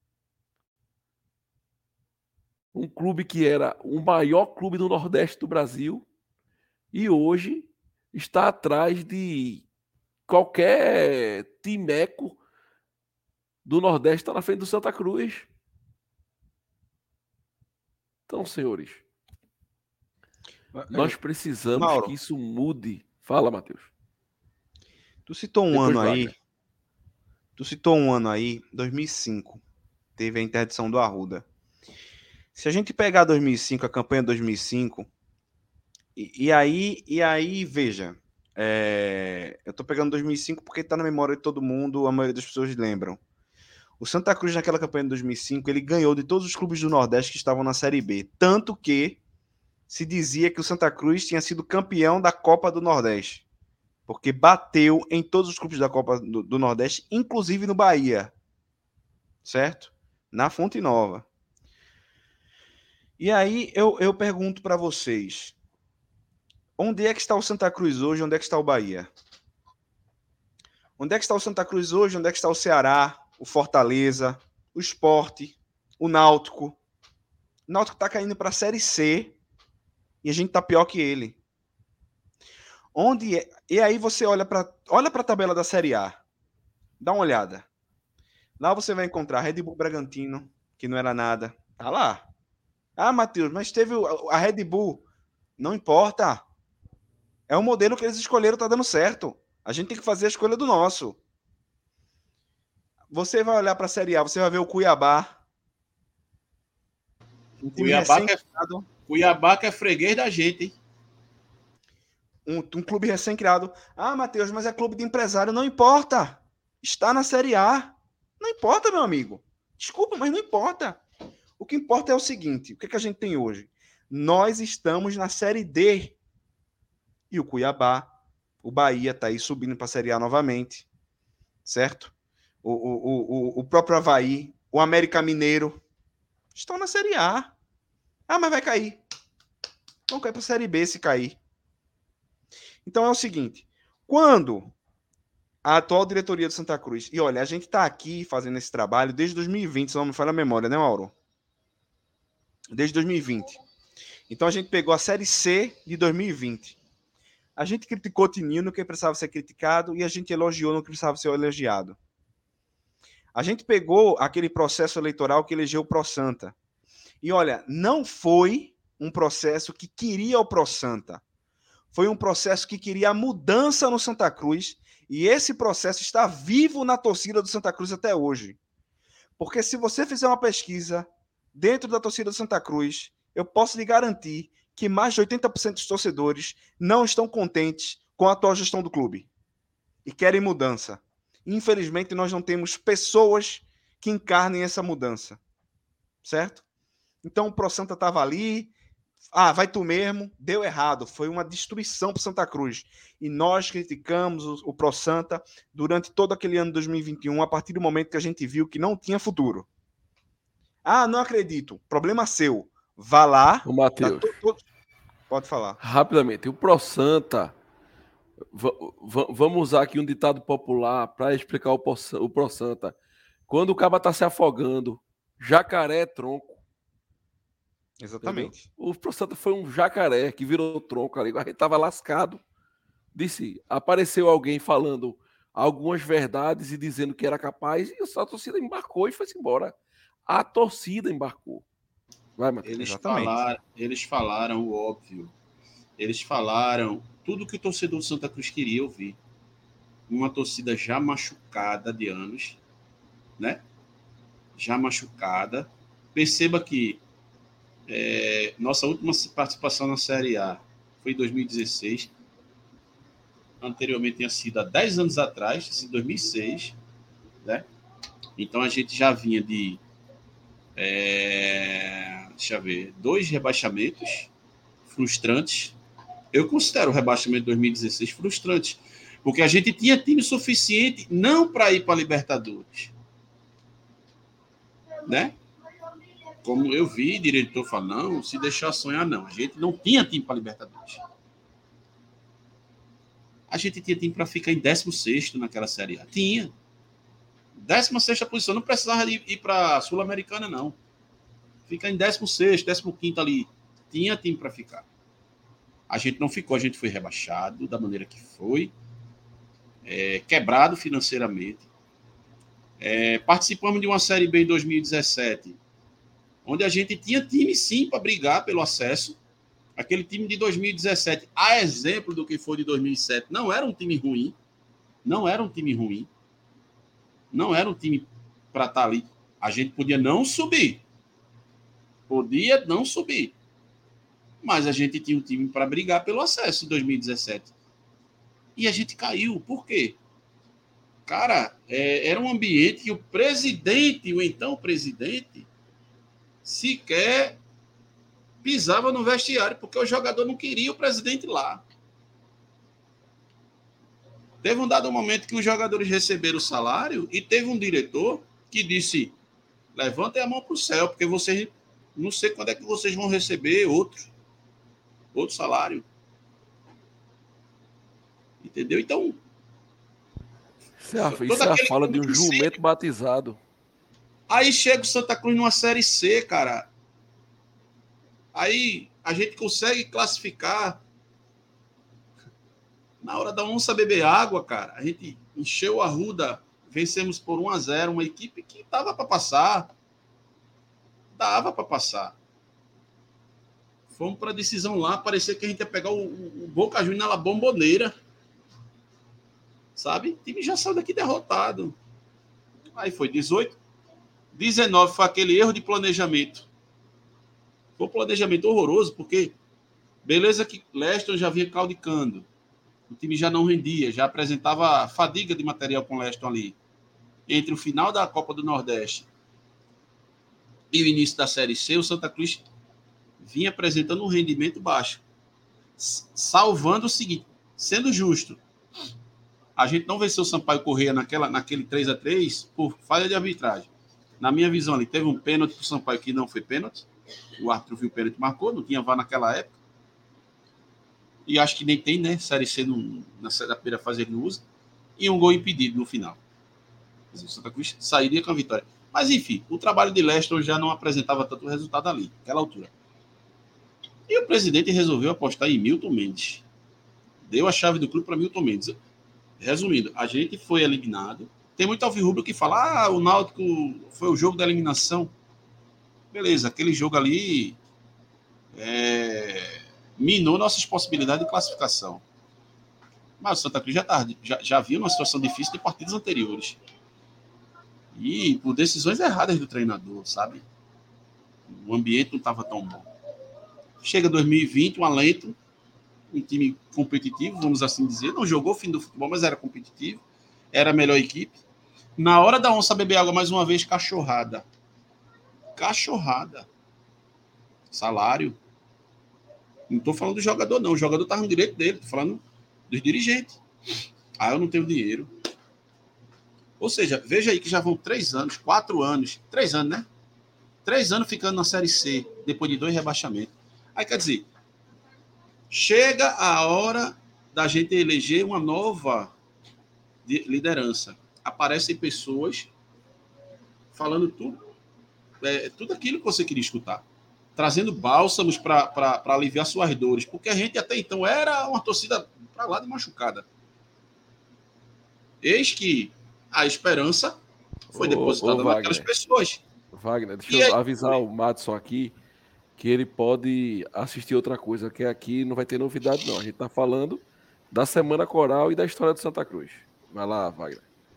Um clube que era o maior clube do Nordeste do Brasil e hoje está atrás de qualquer timeco do Nordeste, está na frente do Santa Cruz. Então, senhores, nós precisamos Mauro, que isso mude. Fala, Matheus. Tu citou um ano aí, 2005, teve a interdição do Arruda. Se a gente pegar 2005, a campanha de 2005, e aí, veja, eu tô pegando 2005 porque tá na memória de todo mundo, a maioria das pessoas lembram. O Santa Cruz, naquela campanha de 2005, ele ganhou de todos os clubes do Nordeste que estavam na Série B. Tanto que se dizia que o Santa Cruz tinha sido campeão da Copa do Nordeste. Porque bateu em todos os clubes da Copa do Nordeste, inclusive no Bahia. Certo? Na Fonte Nova. E aí eu pergunto para vocês, onde é que está o Santa Cruz hoje? Onde é que está o Bahia? Onde é que está o Santa Cruz hoje? Onde é que está o Ceará, o Fortaleza, o Sport, o Náutico? O Náutico está caindo para a Série C e a gente está pior que ele. Onde é? E aí você olha para a tabela da Série A. Dá uma olhada. Lá você vai encontrar Red Bull Bragantino, que não era nada. Tá lá. Ah, Matheus, mas teve a Red Bull. Não importa. É o modelo que eles escolheram, tá dando certo. A gente tem que fazer a escolha do nosso. Você vai olhar para a Série A, você vai ver o Cuiabá. Um Cuiabá que é freguês da gente, hein? Um clube recém-criado. Ah, Matheus, mas é clube de empresário. Não importa. Está na Série A. Não importa, meu amigo. Desculpa, mas não importa. O que importa é o seguinte. O que a gente tem hoje? Nós estamos na Série D. E o Cuiabá, o Bahia está aí subindo para a Série A novamente. Certo? O próprio Avaí, o América Mineiro estão na Série A. Ah, mas vai cair. Vão cair para a Série B se cair. Então é o seguinte, quando a atual diretoria do Santa Cruz. E olha, a gente está aqui fazendo esse trabalho desde 2020, se não me falha a memória, né, Mauro? Desde 2020. Então a gente pegou a Série C de 2020. A gente criticou Tininho no que precisava ser criticado e a gente elogiou no que precisava ser elogiado. A gente pegou aquele processo eleitoral que elegeu o ProSanta. E olha, não foi um processo que queria o ProSanta. Foi um processo que queria a mudança no Santa Cruz. E esse processo está vivo na torcida do Santa Cruz até hoje. Porque se você fizer uma pesquisa dentro da torcida do Santa Cruz, eu posso lhe garantir que mais de 80% dos torcedores não estão contentes com a atual gestão do clube e querem mudança. Infelizmente, nós não temos pessoas que encarnem essa mudança, certo? Então, o ProSanta estava ali, vai tu mesmo, deu errado, foi uma destruição para o Santa Cruz. E nós criticamos o ProSanta durante todo aquele ano de 2021, a partir do momento que a gente viu que não tinha futuro. Não acredito, problema seu. Vá lá. O Matheus. Pode falar. Rapidamente. O ProSanta. Vamos usar aqui um ditado popular para explicar o ProSanta. Quando o caba está se afogando, jacaré é tronco. Exatamente. Entendeu? O ProSanta foi um jacaré que virou tronco ali. A gente estava lascado. Apareceu alguém falando algumas verdades e dizendo que era capaz, e a torcida embarcou e foi-se embora. A torcida embarcou. Vai, Matheus. Eles falaram o óbvio. Eles falaram tudo que o torcedor do Santa Cruz queria ouvir. Uma torcida já machucada de anos, né? Já machucada. Perceba que nossa última participação na Série A foi em 2016. Anteriormente tinha sido há 10 anos atrás, em 2006, né? Então a gente já vinha de 2 rebaixamentos frustrantes. Eu considero o rebaixamento de 2016 frustrante, porque a gente tinha time suficiente não para ir para a Libertadores, né? Como eu vi, diretor falar, não, se deixar sonhar, não. A gente não tinha time para a Libertadores. A gente tinha time para ficar em 16º naquela Série A. Tinha. 16ª posição, não precisava ir para a Sul-Americana, não. Fica em 16º, 15º ali. Tinha time para ficar. A gente não ficou, a gente foi rebaixado da maneira que foi, quebrado financeiramente. Participamos de uma Série B em 2017, onde a gente tinha time, sim, para brigar pelo acesso. Aquele time de 2017, a exemplo do que foi de 2007, não era um time ruim. Não era um time ruim. Não era um time para estar ali. A gente podia não subir. Mas a gente tinha um time para brigar pelo acesso em 2017. E a gente caiu. Por quê? Cara, era um ambiente que o presidente, o então presidente, sequer pisava no vestiário, porque o jogador não queria o presidente lá. Teve um dado momento que os jogadores receberam o salário e teve um diretor que disse, levantem a mão para o céu, porque vocês, não sei quando é que vocês vão receber outro salário. Entendeu? Então... Isso é a fala de um jumento batizado. Aí chega o Santa Cruz numa Série C, cara. Aí a gente consegue classificar. Na hora da onça beber água, cara, a gente encheu a Arruda, vencemos por 1-0, uma equipe que dava para passar. Fomos para a decisão lá, parecia que a gente ia pegar o Boca Juniors na Bombonera. Sabe? O time já saiu daqui derrotado. Aí foi 18. 19 foi aquele erro de planejamento. Foi um planejamento horroroso, porque beleza que Leston já vinha claudicando. O time já não rendia, já apresentava fadiga de material com o Leston ali. Entre o final da Copa do Nordeste e o início da Série C, o Santa Cruz vinha apresentando um rendimento baixo. Salvando o seguinte, sendo justo, a gente não venceu o Sampaio Corrêa naquele 3-3 por falha de arbitragem. Na minha visão ali, teve um pênalti para o Sampaio que não foi pênalti. O árbitro viu o pênalti e marcou, não tinha VAR naquela época. E acho que nem tem, né? Série C na primeira fase ele não usa. e um gol impedido no final. Quer dizer, o Santa Cruz sairia com a vitória. Mas, enfim, o trabalho de Leston já não apresentava tanto resultado ali, naquela altura. E o presidente resolveu apostar em Milton Mendes. Deu a chave do clube para Milton Mendes. Resumindo, a gente foi eliminado. Tem muito alvirrubro que fala, o Náutico foi o jogo da eliminação. Beleza, aquele jogo ali minou nossas possibilidades de classificação. Mas o Santa Cruz já viu uma situação difícil de partidas anteriores. E por decisões erradas do treinador, sabe? O ambiente não estava tão bom. Chega 2020, um alento, um time competitivo, vamos assim dizer. Não jogou o fim do futebol, mas era competitivo. Era a melhor equipe. Na hora da onça beber água, mais uma vez, cachorrada. Cachorrada. Salário. Não estou falando do jogador, não. O jogador estava no direito dele. Estou falando dos dirigentes. Eu não tenho dinheiro. Ou seja, veja aí que já vão 3 anos, 4 anos. 3 anos, né? 3 anos ficando na Série C, depois de 2 rebaixamentos. Aí, quer dizer, chega a hora da gente eleger uma nova liderança. Aparecem pessoas falando tudo aquilo que você queria escutar. Trazendo bálsamos para aliviar suas dores. Porque a gente até então era uma torcida para lá de machucada. Eis que a esperança foi depositada naquelas pessoas. Wagner, deixa eu avisar o Madison aqui que ele pode assistir outra coisa, que aqui não vai ter novidade, não. A gente tá falando da Semana Coral e da história do Santa Cruz. Vai lá, Wagner.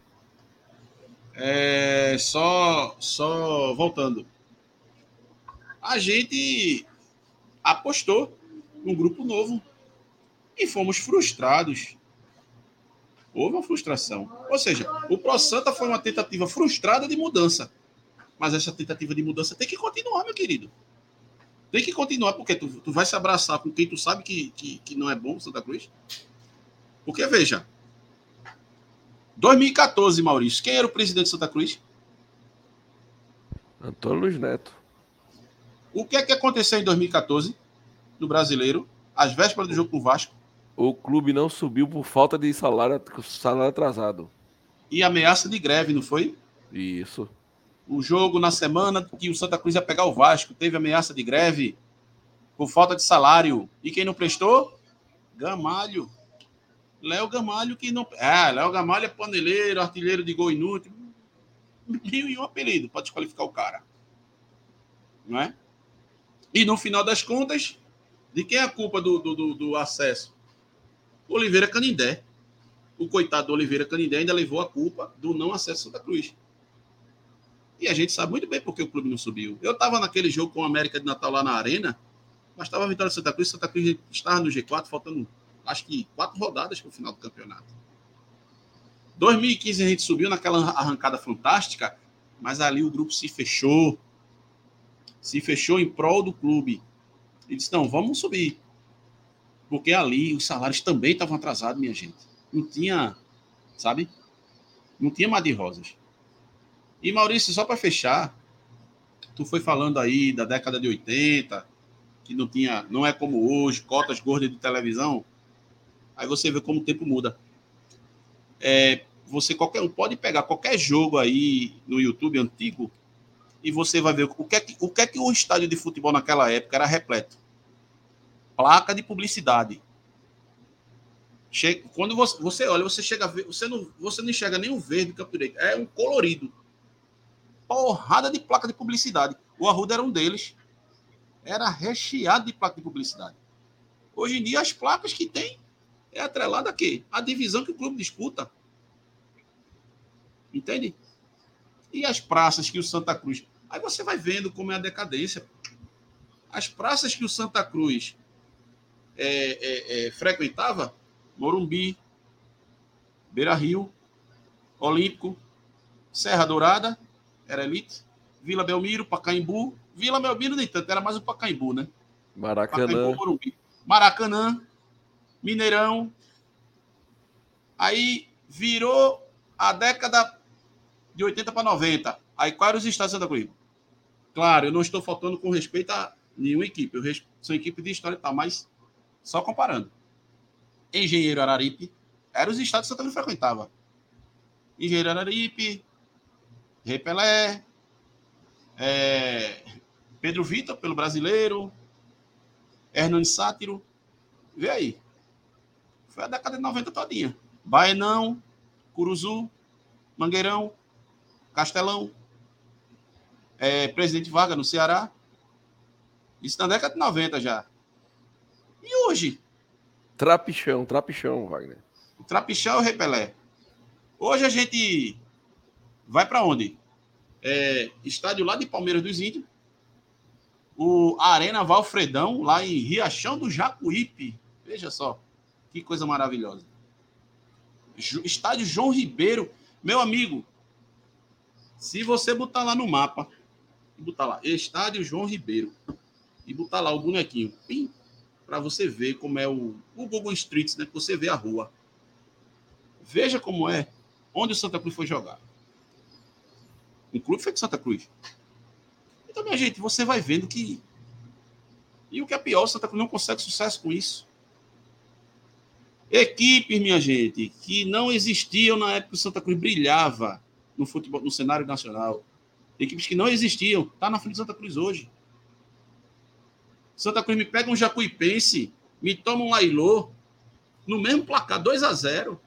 Só voltando. A gente apostou num grupo novo e fomos frustrados. Houve uma frustração. Ou seja, o Pro Santa foi uma tentativa frustrada de mudança. Mas essa tentativa de mudança tem que continuar, meu querido. Tem que continuar, porque tu vai se abraçar com quem tu sabe que não é bom, Santa Cruz. Porque, veja, 2014, Maurício, quem era o presidente de Santa Cruz? Antônio Luiz Neto. O que é que aconteceu em 2014, no Brasileiro, às vésperas do jogo com o Vasco? O clube não subiu por falta de salário atrasado. E ameaça de greve, não foi? Isso. O jogo na semana que o Santa Cruz ia pegar o Vasco, teve ameaça de greve por falta de salário. E quem não prestou? Gamalho. Léo Gamalho que não... Léo Gamalho é paneleiro, artilheiro de gol inútil. 1001 apelido para desqualificar o cara. Não é? E no final das contas, de quem é a culpa do acesso? Oliveira Canindé. O coitado do Oliveira Canindé ainda levou a culpa do não acesso a Santa Cruz. E a gente sabe muito bem por que o clube não subiu. Eu estava naquele jogo com o América de Natal lá na Arena, mas estava a vitória de Santa Cruz estava no G4, faltando acho que 4 rodadas para o final do campeonato. 2015 a gente subiu naquela arrancada fantástica, mas ali o grupo se fechou em prol do clube. E disse, não, vamos subir. Porque ali os salários também estavam atrasados, minha gente. Não tinha, sabe? Não tinha mar de rosas. E, Maurício, só para fechar, tu foi falando aí da década de 80, que não é como hoje, cotas gordas de televisão. Aí você vê como o tempo muda. Qualquer um pode pegar qualquer jogo aí no YouTube antigo e você vai ver o que é que o estádio de futebol naquela época era repleto. Placa de publicidade. Quando você olha, você chega a ver, você não enxerga nem o verde do campo direito. É um colorido. Porrada de placa de publicidade. O Arruda era um deles. Era recheado de placa de publicidade. Hoje em dia, as placas que tem é atrelada a quê? A divisão que o clube disputa. Entende? E as praças que o Santa Cruz... Aí você vai vendo como é a decadência. As praças que o Santa Cruz frequentava, Morumbi, Beira-Rio, Olímpico, Serra Dourada, era elite, Vila Belmiro, Pacaembu, Vila Belmiro nem tanto, era mais o Pacaembu, né? Maracanã. Pacaembu, Morumbi. Maracanã, Mineirão. Aí virou a década de 80 para 90. Aí quais eram os estados de Santa Cruz? Claro, eu não estou faltando com respeito a nenhuma equipe. Eu sou equipe de história e tal, mas só comparando. Engenheiro Araripe era os estados que Santa Cruz frequentava. Engenheiro Araripe, Rei Pelé, Pedro Vitor, pelo Brasileiro, Hernani Sátiro. Vê aí. Foi a década de 90 todinha. Baenão, Curuzu, Mangueirão, Castelão, Presidente Vargas no Ceará. Isso na década de 90 já. E hoje? Trapichão, Wagner. Trapichão ou Rei Pelé? Hoje a gente vai para onde? Estádio lá de Palmeiras dos Índios. A Arena Valfredão, lá em Riachão do Jacuípe. Veja só. Que coisa maravilhosa. Estádio João Ribeiro. Meu amigo, se você botar lá no mapa, botar lá, Estádio João Ribeiro, e botar lá o bonequinho, para você ver como é o Google Streets, né? Que você vê a rua. Veja como é onde o Santa Cruz foi jogar. Um clube feito Santa Cruz. Então, minha gente, você vai vendo que... E o que é pior, o Santa Cruz não consegue sucesso com isso. Equipes, minha gente, que não existiam na época que o Santa Cruz brilhava no futebol, no cenário nacional. Equipes que não existiam. Tá na frente do Santa Cruz hoje. Santa Cruz me pega um Jacuipense, me toma um Lailô, no mesmo placar, 2-0.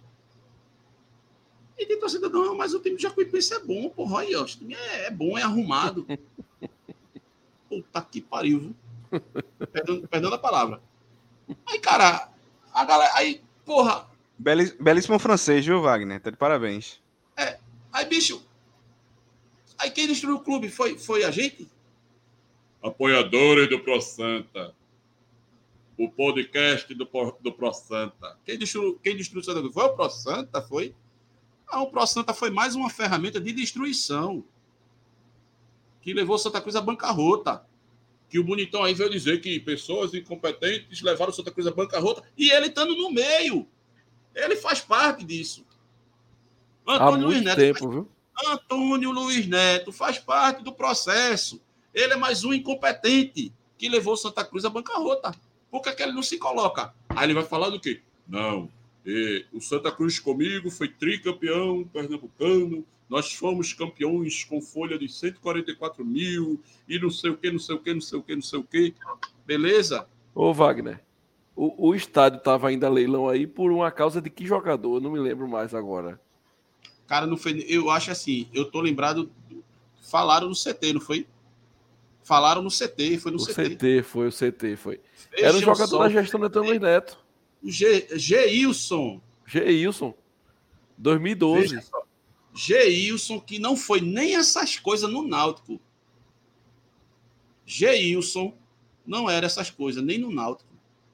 E tem torcedor, não, mas o time do Jacuipense é bom, porra, aí, ó. O time é bom, é arrumado. Puta que pariu, viu? Perdão a palavra. Aí, cara, a galera, aí, porra. Belíssimo francês, viu, Wagner? Tá de parabéns. Aí, bicho, aí quem destruiu o clube foi a gente? Apoiadores do Pro Santa. O podcast do Pro Santa. Quem destruiu o Santa Cruz? Foi o Pro Santa, foi? Não, o Pro Santa foi mais uma ferramenta de destruição que levou o Santa Cruz à bancarrota. Que o bonitão aí veio dizer que pessoas incompetentes levaram o Santa Cruz à bancarrota e ele estando no meio. Ele faz parte disso. Há muito tempo, viu? Antônio Luiz Neto faz parte do processo. Ele é mais um incompetente que levou o Santa Cruz à bancarrota. Por que ele não se coloca? Aí ele vai falar do quê? Não, o Santa Cruz comigo foi tricampeão pernambucano, nós fomos campeões com folha de 144 mil e não sei o quê. Beleza? Ô, Wagner, o estádio estava ainda leilão aí por uma causa de que jogador? Eu não me lembro mais agora. Cara, não foi. Eu acho assim, eu tô lembrado. Falaram no CT, não foi? Falaram no CT, foi no CT. Foi o CT. Era o jogador da gestão do Antônio Luiz Neto. Geilson. 2012. Geilson, que não foi nem essas coisas no Náutico. Geilson não era essas coisas, nem no Náutico.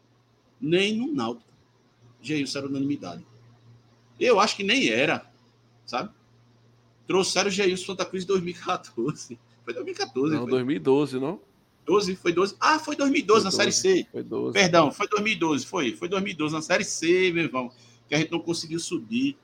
Geilson era unanimidade. Eu acho que nem era, sabe? Trouxeram o Geilson Santa Cruz em 2014. Foi 2014. Não, foi 2012, não? 12, foi 12. Ah, foi 2012 na Série C. Foi 12. Perdão, foi 2012. Foi 2012 na Série C, meu irmão. Que a gente não conseguiu subir.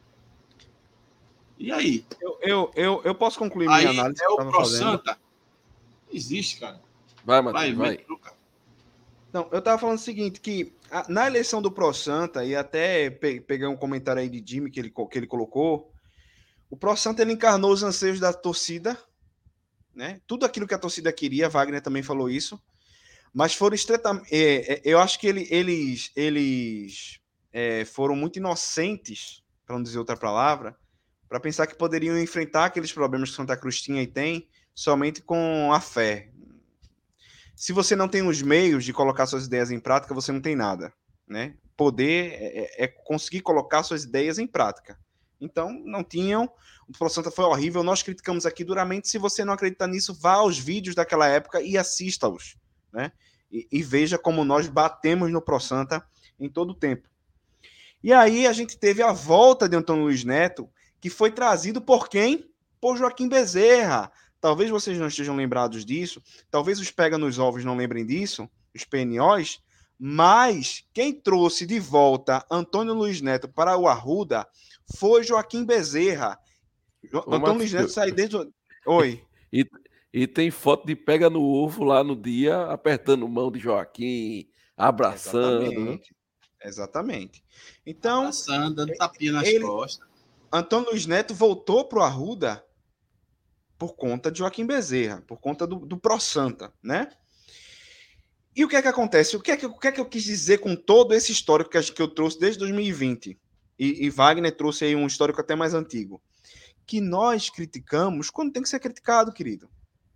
E aí? Eu posso concluir minha análise? O Pro Santa. Existe, cara. Vai, Matheus, vai. Não, eu tava falando o seguinte, que na eleição do Pro Santa, e até peguei um comentário aí de Jimmy que ele colocou, o Pro Santa ele encarnou os anseios da torcida, né? Tudo aquilo que a torcida queria, Wagner também falou isso, mas foram estreitamente... eu acho que eles foram muito inocentes, para não dizer outra palavra, para pensar que poderiam enfrentar aqueles problemas que Santa Cruz tinha e tem somente com a fé. Se você não tem os meios de colocar suas ideias em prática, você não tem nada, né? Poder é conseguir colocar suas ideias em prática. Então, não tinham. O Pro Santa foi horrível. Nós criticamos aqui duramente. Se você não acredita nisso, vá aos vídeos daquela época e assista-os, né? E veja como nós batemos no Pro Santa em todo o tempo. E aí a gente teve a volta de Antônio Luiz Neto, que foi trazido por quem? Por Joaquim Bezerra. Talvez vocês não estejam lembrados disso, talvez os Pega nos Ovos não lembrem disso, os PNOs, mas quem trouxe de volta Antônio Luiz Neto para o Arruda foi Joaquim Bezerra. Antônio Luiz Neto sai desde... Oi. E tem foto de Pega no Ovo lá no dia, apertando mão de Joaquim, abraçando. Exatamente. Então, abraçando, dando tapinha nas costas. Antônio Luiz Neto voltou para o Arruda por conta de Joaquim Bezerra, por conta do Pro Santa, né? E o que é que acontece? O que é que eu quis dizer com todo esse histórico que eu trouxe desde 2020? E Wagner trouxe aí um histórico até mais antigo. Que nós criticamos quando tem que ser criticado, querido.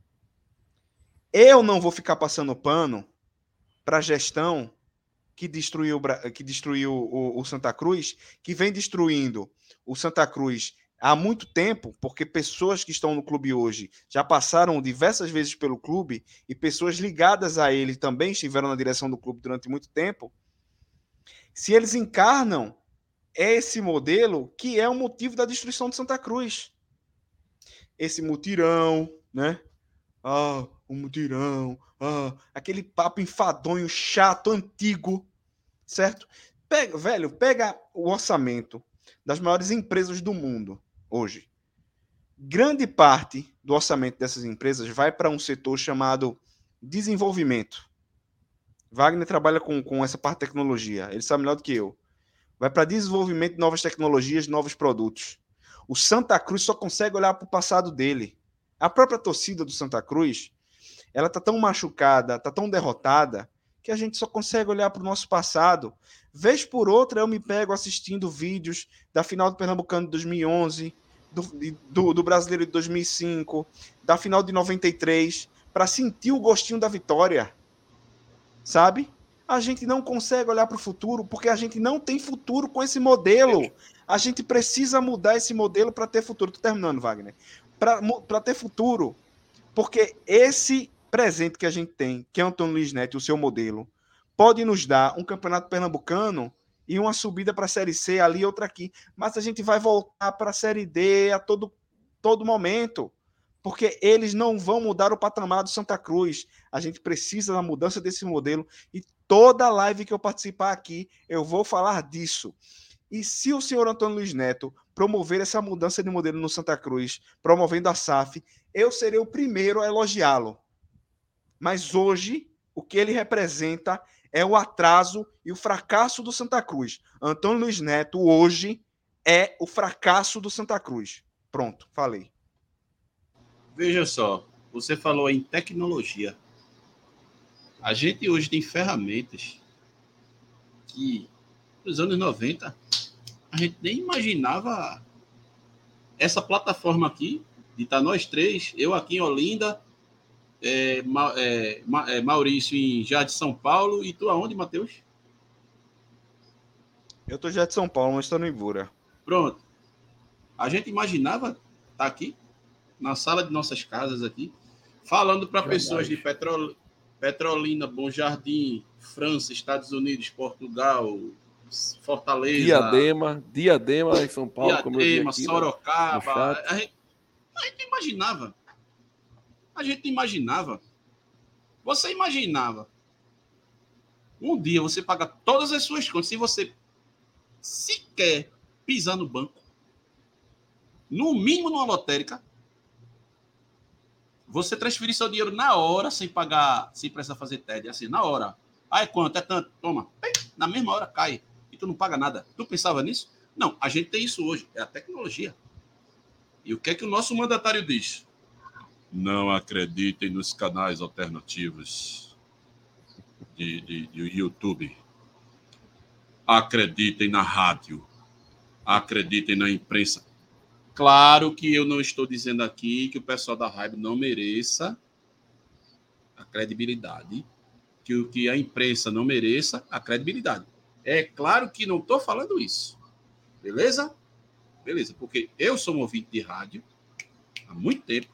Eu não vou ficar passando pano para a gestão que destruiu o Santa Cruz, que vem destruindo o Santa Cruz há muito tempo, porque pessoas que estão no clube hoje já passaram diversas vezes pelo clube e pessoas ligadas a ele também estiveram na direção do clube durante muito tempo. Se eles encarnam esse modelo que é o motivo da destruição de Santa Cruz. Esse mutirão, né? O mutirão, aquele papo enfadonho, chato, antigo, certo? Pega o orçamento das maiores empresas do mundo hoje. Grande parte do orçamento dessas empresas vai para um setor chamado desenvolvimento. Wagner trabalha com essa parte de tecnologia, ele sabe melhor do que eu. Vai para desenvolvimento de novas tecnologias, novos produtos. O Santa Cruz só consegue olhar para o passado dele. A própria torcida do Santa Cruz, ela está tão machucada, está tão derrotada, que a gente só consegue olhar para o nosso passado. Vez por outra, eu me pego assistindo vídeos da final do Pernambucano de 2011, do Brasileiro de 2005, da final de 93, para sentir o gostinho da vitória. Sabe? A gente não consegue olhar para o futuro porque a gente não tem futuro com esse modelo. A gente precisa mudar esse modelo para ter futuro. Estou terminando, Wagner. Para ter futuro, porque esse presente que a gente tem, que é o Antônio Luiz Neto e o seu modelo, pode nos dar um campeonato pernambucano e uma subida para a Série C ali e outra aqui. Mas a gente vai voltar para a Série D a todo momento, porque eles não vão mudar o patamar do Santa Cruz. A gente precisa da mudança desse modelo e toda live que eu participar aqui, eu vou falar disso. E se o senhor Antônio Luiz Neto promover essa mudança de modelo no Santa Cruz, promovendo a SAF, eu serei o primeiro a elogiá-lo. Mas hoje, o que ele representa é o atraso e o fracasso do Santa Cruz. Antônio Luiz Neto, hoje, é o fracasso do Santa Cruz. Pronto, falei. Veja só, você falou em tecnologia. A gente hoje tem ferramentas que, nos anos 90, a gente nem imaginava essa plataforma aqui, de estar nós três, eu aqui em Olinda, Maurício em Jardim de São Paulo, e tu aonde, Matheus? Eu estou já de São Paulo, mas estou no Ibura. Pronto. A gente imaginava estar aqui, na sala de nossas casas aqui, falando para pessoas de Petrolina, Bom Jardim, França, Estados Unidos, Portugal, Fortaleza, Diadema em São Paulo, Diadema, como eu vi aqui, Sorocaba. A gente imaginava. Você imaginava um dia você paga todas as suas contas se você sequer pisar no banco, no mínimo numa lotérica, você transferir seu dinheiro na hora, sem pagar, sem precisar fazer TED, assim, na hora. É quanto? É tanto? Toma. Na mesma hora cai. E tu não paga nada. Tu pensava nisso? Não, a gente tem isso hoje. É a tecnologia. E o que é que o nosso mandatário diz? Não acreditem nos canais alternativos de YouTube. Acreditem na rádio. Acreditem na imprensa. Claro que eu não estou dizendo aqui que o pessoal da rádio não mereça a credibilidade, que a imprensa não mereça a credibilidade. É claro que não estou falando isso. Beleza? Beleza, porque eu sou um ouvinte de rádio há muito tempo.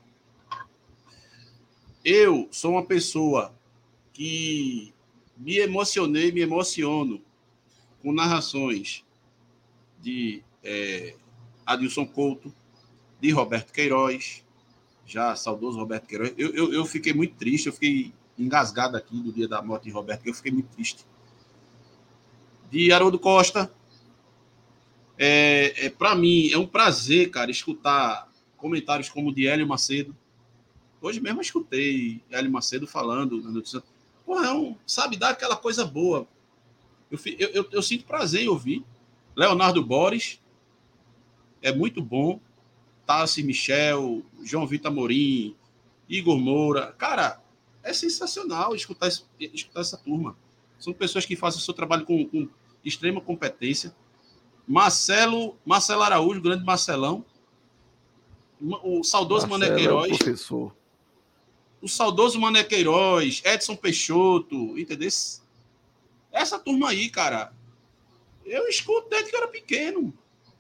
Eu sou uma pessoa que me emociono com narrações de Adilson Couto, de Roberto Queiroz, já saudoso Roberto Queiroz. Eu fiquei muito triste, eu fiquei engasgado aqui do dia da morte de Roberto, eu fiquei muito triste. De Haroldo Costa. Para mim, é um prazer, cara, escutar comentários como o de Hélio Macedo. Hoje mesmo eu escutei Hélio Macedo falando na notícia. Porra, sabe, dá aquela coisa boa. Eu sinto prazer em ouvir. Leonardo Boris. é muito bom. Tassi Michel, João Vitor Amorim, Igor Moura. Cara, é sensacional escutar essa turma. São pessoas que fazem o seu trabalho com extrema competência. Marcelo Araújo, grande Marcelão. O saudoso Mané Queiroz. É o professor. O saudoso Mané Queiroz, Edson Peixoto, entendeu? Essa turma aí, cara, eu escuto desde que eu era pequeno.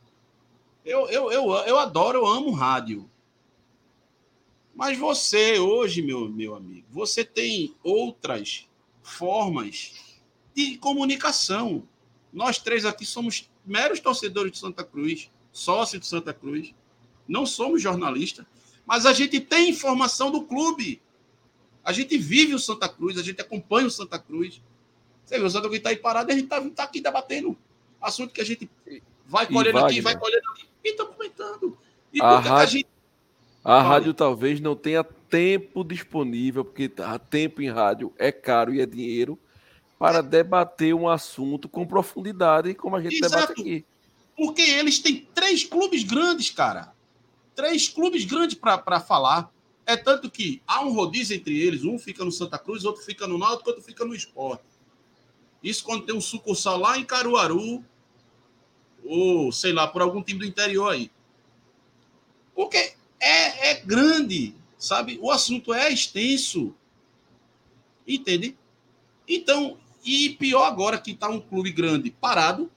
Eu adoro, eu amo rádio. Mas você, hoje, meu amigo, você tem outras formas de comunicação. Nós três aqui somos meros torcedores de Santa Cruz, sócios de Santa Cruz. Não somos jornalistas, mas a gente tem informação do clube. A gente vive o Santa Cruz, a gente acompanha o Santa Cruz. Você vê, o Santa Cruz está aí parado e a gente está aqui debatendo assunto que a gente vai colhendo aqui, vai colhendo ali. E estamos comentando. E a rádio talvez não tenha tempo disponível, porque tempo em rádio é caro e é dinheiro, para debater um assunto com profundidade, como a gente debate aqui. Porque eles têm 3 clubes grandes, cara. 3 clubes grandes para falar. É tanto que há um rodízio entre eles. Um fica no Santa Cruz, outro fica no Náutico, outro fica no Sport. Isso quando tem um sucursal lá em Caruaru, ou, sei lá, por algum time do interior aí. Porque é grande, sabe? O assunto é extenso. Entende? Então, e pior agora que está um clube grande parado,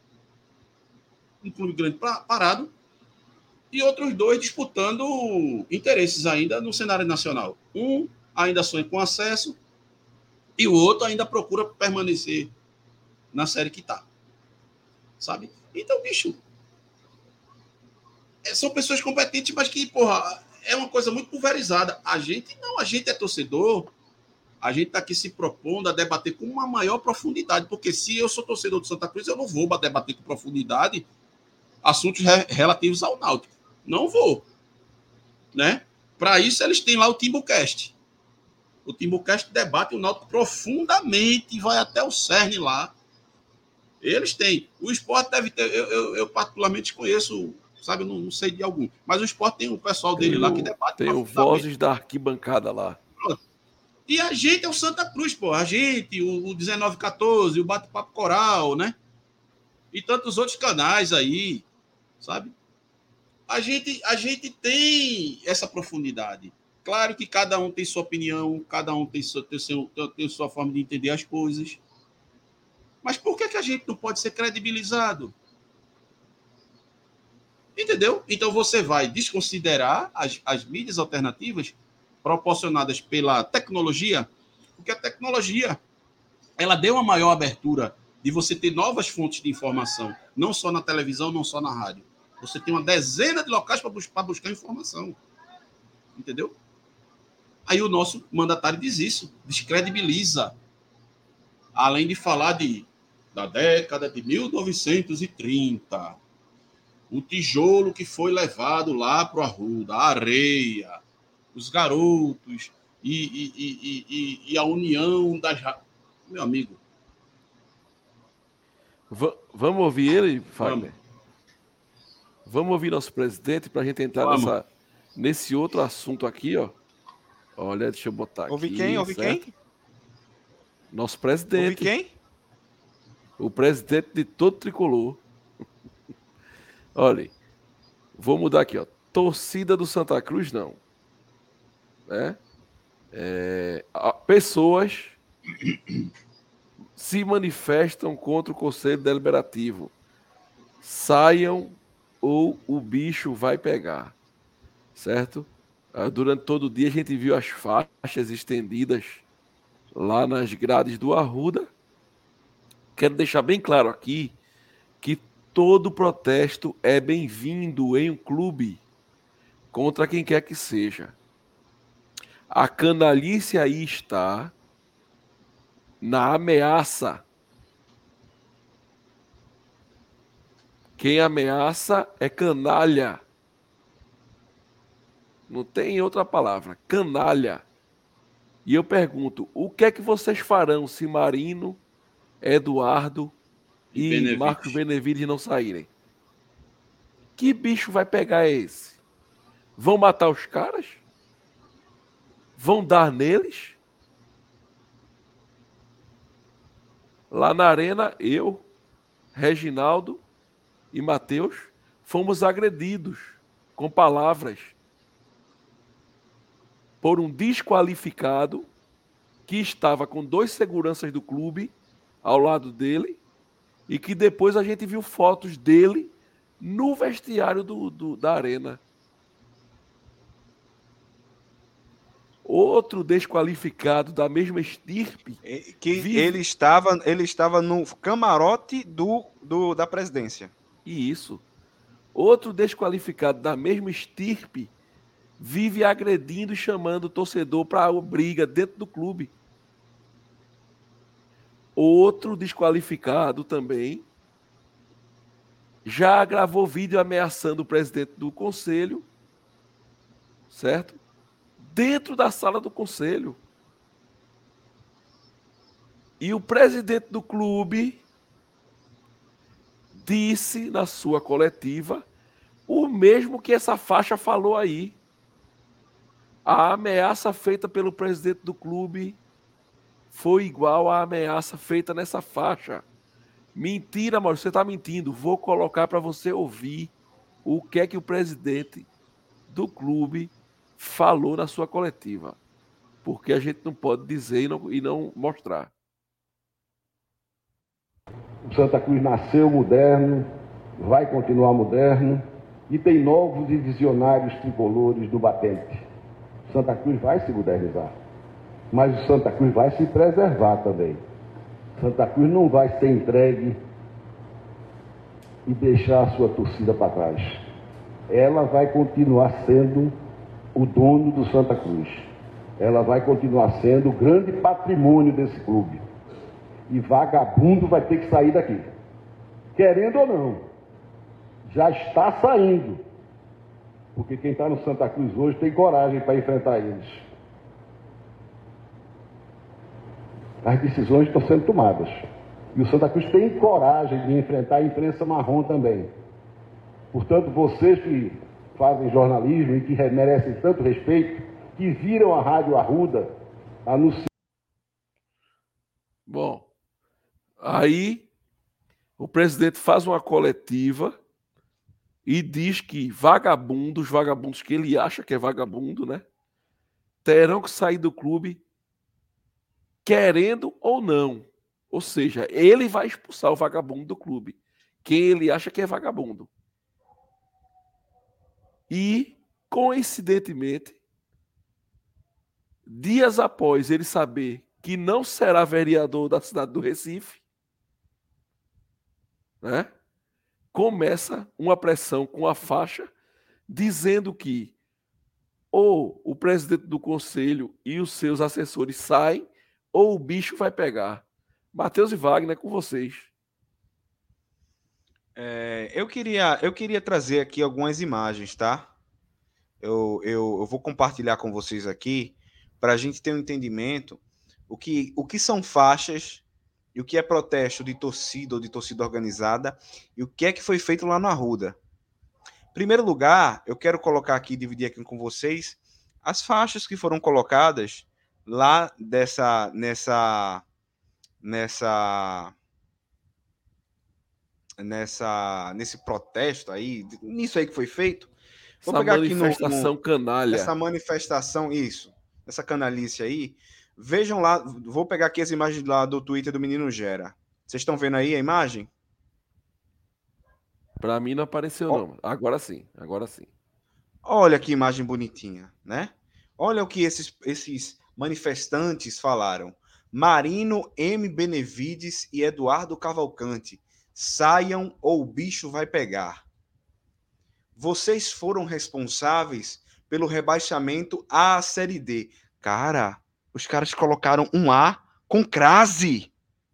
e outros 2 disputando interesses ainda no cenário nacional. Um ainda sonha com acesso e o outro ainda procura permanecer na série que está. Sabe? Então, bicho, são pessoas competentes, mas que, porra, é uma coisa muito pulverizada. A gente é torcedor, a gente está aqui se propondo a debater com uma maior profundidade, porque se eu sou torcedor do Santa Cruz, eu não vou debater com profundidade assuntos relativos ao Náutico. Não vou. Né? Para isso, eles têm lá o Timbucast. O Timbucast debate o Náutico profundamente, vai até o cerne lá. Eles têm. O Sport deve ter. Eu particularmente conheço, sabe, eu não sei de algum. Mas o Sport tem o pessoal dele lá que debate. Tem o Vozes da Arquibancada lá. E a gente é o Santa Cruz, pô. A gente, o 1914, o Bate-Papo Coral, né? E tantos outros canais aí, sabe? A gente tem essa profundidade. Claro que cada um tem sua opinião, cada um tem sua forma de entender as coisas. Mas por que a gente não pode ser credibilizado? Entendeu? Então você vai desconsiderar as mídias alternativas proporcionadas pela tecnologia, porque a tecnologia ela deu uma maior abertura de você ter novas fontes de informação, não só na televisão, não só na rádio. Você tem uma dezena de locais para buscar informação. Entendeu? Aí o nosso mandatário diz isso, descredibiliza. Além de falar da década de 1930, o tijolo que foi levado lá para o Arruda, a areia, os garotos e a união das... Meu amigo. Vamos ouvir ele, Fagner? Vamos ouvir nosso presidente para a gente entrar nesse outro assunto aqui, ó. Olha, deixa eu botar aqui. Ouvi quem? Nosso presidente. Ouvi quem? O presidente de todo tricolor. Olha, vou mudar aqui, ó. Torcida do Santa Cruz, não. Né? Pessoas se manifestam contra o Conselho Deliberativo. Saiam ou o bicho vai pegar. Certo? Durante todo o dia a gente viu as faixas estendidas lá nas grades do Arruda. Quero deixar bem claro aqui que todo protesto é bem-vindo em um clube contra quem quer que seja. A canalice aí está na ameaça. Quem ameaça é canalha. Não tem outra palavra. Canalha. E eu pergunto, o que é que vocês farão se Marino, Eduardo e Marcos Benevides não saírem? Que bicho vai pegar esse? Vão matar os caras? Vão dar neles? Lá na arena, eu, Reginaldo e Matheus fomos agredidos com palavras por um desqualificado que estava com 2 seguranças do clube ao lado dele e que depois a gente viu fotos dele no vestiário da arena. Outro desqualificado da mesma estirpe. Ele estava no camarote da presidência. E isso. Outro desqualificado da mesma estirpe vive agredindo e chamando o torcedor para a briga dentro do clube. Outro desqualificado também já gravou vídeo ameaçando o presidente do conselho, certo? Dentro da sala do conselho. E o presidente do clube disse na sua coletiva o mesmo que essa faixa falou aí. A ameaça feita pelo presidente do clube foi igual à ameaça feita nessa faixa. Mentira, Maurício, você está mentindo. Vou colocar para você ouvir o que é que o presidente do clube falou na sua coletiva. Porque a gente não pode dizer e não mostrar. O Santa Cruz nasceu moderno, vai continuar moderno e tem novos e visionários tricolores do batente. O Santa Cruz vai se modernizar, mas o Santa Cruz vai se preservar também. O Santa Cruz não vai ser entregue e deixar a sua torcida para trás. Ela vai continuar sendo o dono do Santa Cruz. Ela vai continuar sendo o grande patrimônio desse clube. E vagabundo vai ter que sair daqui. Querendo ou não. Já está saindo. Porque quem está no Santa Cruz hoje tem coragem para enfrentar eles. As decisões estão sendo tomadas. E o Santa Cruz tem coragem de enfrentar a imprensa marrom também. Portanto, vocês que fazem jornalismo e que merecem tanto respeito, que viram a Rádio Arruda anunciar. Bom, aí o presidente faz uma coletiva e diz que vagabundos que ele acha que é vagabundo, né? Terão que sair do clube querendo ou não. Ou seja, ele vai expulsar o vagabundo do clube. Quem ele acha que é vagabundo. E, coincidentemente, dias após ele saber que não será vereador da cidade do Recife, né, começa uma pressão com a faixa dizendo que ou o presidente do conselho e os seus assessores saem ou o bicho vai pegar. Matheus e Wagner, com vocês. Eu queria trazer aqui algumas imagens, tá? Eu vou compartilhar com vocês aqui para a gente ter um entendimento o que são faixas e o que é protesto de torcida ou de torcida organizada e o que é que foi feito lá no Arruda. Em primeiro lugar, eu quero colocar aqui, dividir aqui com vocês as faixas que foram colocadas lá nesse protesto aí, nisso aí que foi feito. Vou pegar aqui manifestação canalha. Essa manifestação, isso. Essa canalice aí. Vejam lá, vou pegar aqui as imagens lá do Twitter do Menino Gera. Vocês estão vendo aí a imagem? Para mim não apareceu, não. Agora sim. Olha que imagem bonitinha, né? Olha o que esses manifestantes falaram. Marino M. Benevides e Eduardo Cavalcante. Saiam ou o bicho vai pegar. Vocês foram responsáveis pelo rebaixamento à Série D. Cara, os caras colocaram um A com crase.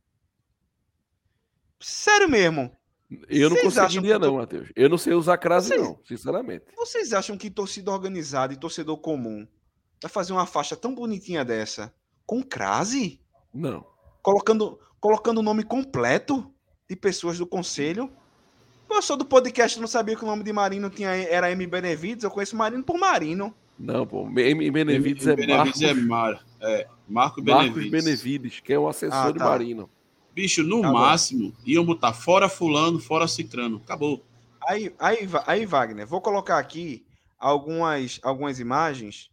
Sério mesmo. Eu não conseguiria não, Matheus. Eu não sei usar crase não, sinceramente. Vocês acham que torcida organizada e torcedor comum vai fazer uma faixa tão bonitinha dessa com crase? Não. Colocando o nome completo de pessoas do conselho? Pô, eu sou do podcast, não sabia que o nome de Marino era M. Benevides. Eu conheço Marino por Marino. Não, pô. M. Benevides é Benevides Marcos. Marco Marcos Benevides. Benevides, que é o assessor de Marino. Bicho, no Tá máximo, iam botar fora fulano, fora cicrano. Acabou. Aí, Wagner, vou colocar aqui algumas imagens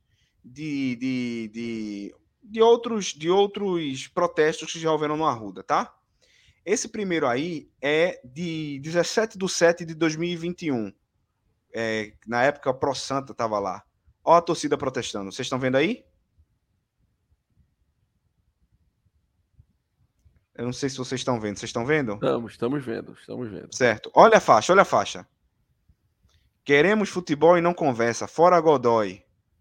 de outros protestos que já houveram no Arruda, tá? Esse primeiro aí é de 17/7/2021. Na época, o Pro Santa estava lá. Ó a torcida protestando. Vocês estão vendo aí? Eu não sei se vocês estão vendo. Vocês estão vendo? Estamos vendo. Certo. Olha a faixa. Queremos futebol e não conversa. Fora Godoy.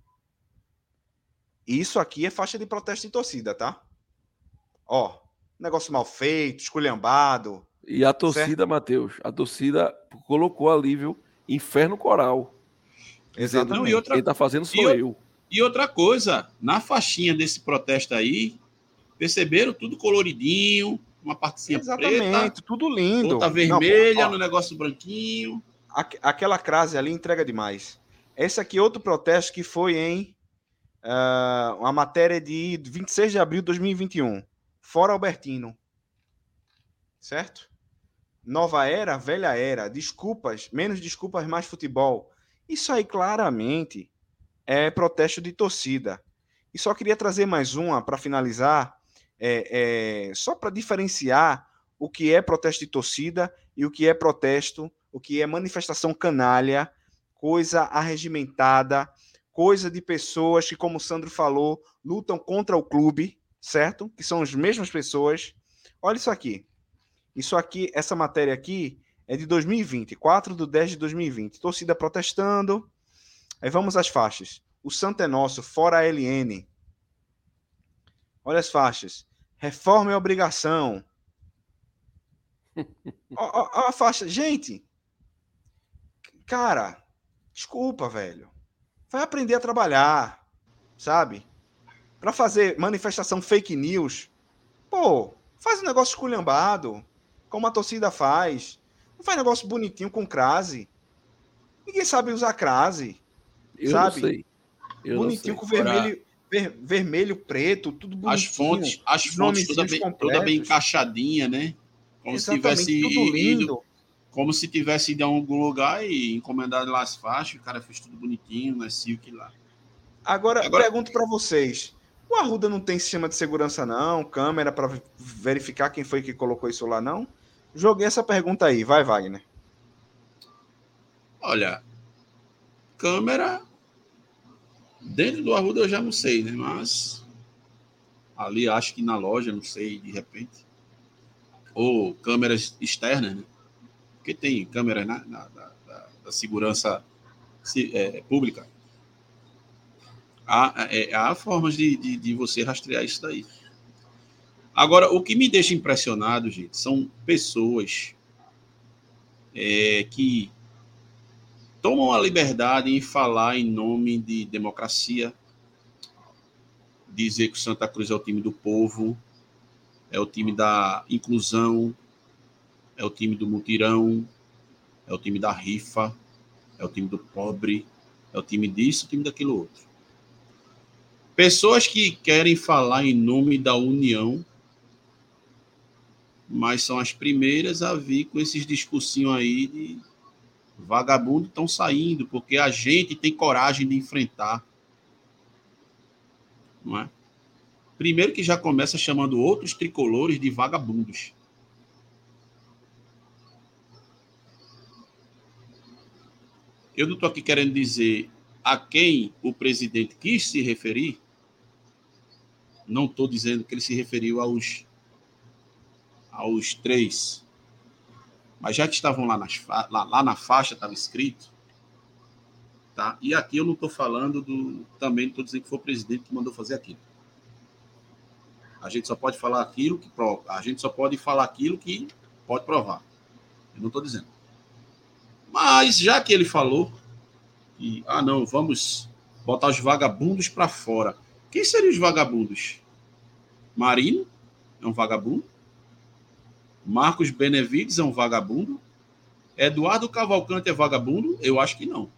Isso aqui é faixa de protesto de torcida, tá? Ó, negócio mal feito, esculhambado. E a torcida, Matheus, a torcida colocou ali, viu? Inferno Coral. Exatamente. Quem tá fazendo sou eu. E outra coisa, na faixinha desse protesto aí, perceberam tudo coloridinho, uma partezinha preta, tudo lindo. outra vermelha, no negócio branquinho. Aquela crase ali entrega demais. Esse aqui é outro protesto que foi em uma matéria de 26 de abril de 2021. Fora Albertino. Certo? Nova era, velha era. Desculpas, menos desculpas, mais futebol. Isso aí claramente é protesto de torcida. E só queria trazer mais uma para finalizar, só para diferenciar o que é protesto de torcida e o que é protesto, o que é manifestação canalha, coisa arregimentada, coisa de pessoas que, como o Sandro falou, lutam contra o clube, certo? Que são as mesmas pessoas. Olha isso aqui. Isso aqui, essa matéria aqui é de 2020, 4/10/2020. Torcida protestando. Aí vamos às faixas. O Santo é nosso, fora a LN. Olha as faixas. Reforma é obrigação. Ó a faixa. Gente, cara, desculpa, velho. Vai aprender a trabalhar, sabe? Para fazer manifestação fake news. Pô, faz um negócio esculhambado, como a torcida faz. Não faz negócio bonitinho com crase. Ninguém sabe usar crase. Eu sabe? Não sei. Bonitinho com vermelho, preto, tudo bonitinho. As fontes toda bem encaixadinha, né? Como se tivesse tudo lindo. Como se tivesse ido a algum lugar e encomendado lá as faixas, o cara fez tudo bonitinho, né? Silk lá. Agora pergunto para vocês. O Arruda não tem sistema de segurança, não? Câmera para verificar quem foi que colocou isso lá, não? Joguei essa pergunta aí. Vai, Wagner. Olha, câmera dentro do Arruda eu já não sei, né? Mas ali acho que na loja, não sei, de repente. Ou câmeras externas, né? Porque tem câmeras da segurança pública. Há formas de você rastrear isso daí. Agora, o que me deixa impressionado, gente, são pessoas que tomam a liberdade em falar em nome de democracia, dizer que o Santa Cruz é o time do povo, é o time da inclusão, é o time do mutirão, é o time da rifa, é o time do pobre, é o time disso, o time daquilo outro. Pessoas que querem falar em nome da união, mas são as primeiras a vir com esses discursinhos aí de vagabundo estão saindo, porque a gente tem coragem de enfrentar. Não é? Primeiro que já começa chamando outros tricolores de vagabundos. Eu não estou aqui querendo dizer a quem o presidente quis se referir. Não estou dizendo que ele se referiu aos 3. Mas já que estavam lá na faixa, estava escrito. Tá? E aqui eu não estou falando também não estou dizendo que foi o presidente que mandou fazer aquilo. A gente só pode falar aquilo que prova. A gente só pode falar aquilo que pode provar. Eu não estou dizendo. Mas já que ele falou que, não, vamos botar os vagabundos para fora. Quem seriam os vagabundos? Marino é um vagabundo. Marcos Benevides é um vagabundo. Eduardo Cavalcante é vagabundo? Eu acho que não.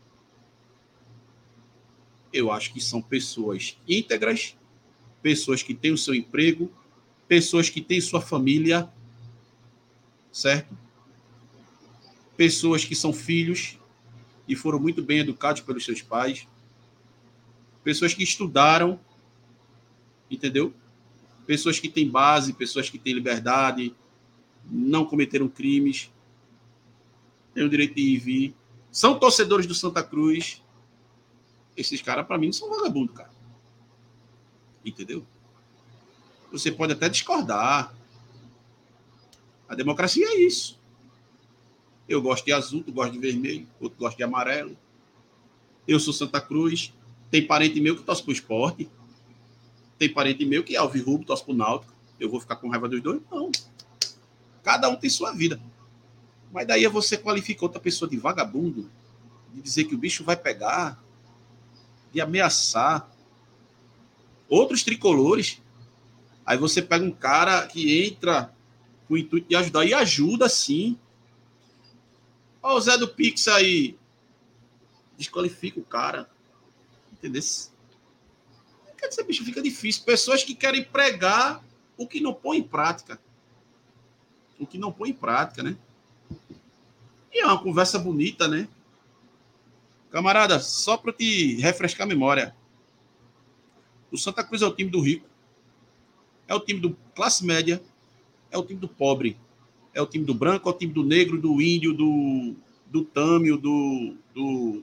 Eu acho que são pessoas íntegras, pessoas que têm o seu emprego, pessoas que têm sua família, certo? Pessoas que são filhos e foram muito bem educados pelos seus pais. Pessoas que estudaram, entendeu? Pessoas que têm base, pessoas que têm liberdade, não cometeram crimes, têm o direito de ir e vir, são torcedores do Santa Cruz. Esses caras, para mim, não são vagabundos, cara. Entendeu? Você pode até discordar. A democracia é isso. Eu gosto de azul, tu gosta de vermelho, outro gosta de amarelo. Eu sou Santa Cruz. Tem parente meu que torce pro Sport. Tem parente meu que é alvirrubro, torce pro Náutico. Eu vou ficar com raiva dos dois? Não. Cada um tem sua vida. Mas daí você qualifica outra pessoa de vagabundo, de dizer que o bicho vai pegar, de ameaçar outros tricolores. Aí você pega um cara que entra com o intuito de ajudar, e ajuda sim. Olha o Zé do Pix aí. Desqualifica o cara. Entendeu? Quer dizer, bicho, fica difícil. Pessoas que querem pregar o que não põe em prática. O que não põe em prática, né? E é uma conversa bonita, né? Camarada, só para te refrescar a memória. O Santa Cruz é o time do rico. É o time do classe média. É o time do pobre. É o time do branco, é o time do negro, do índio, do tâmio, do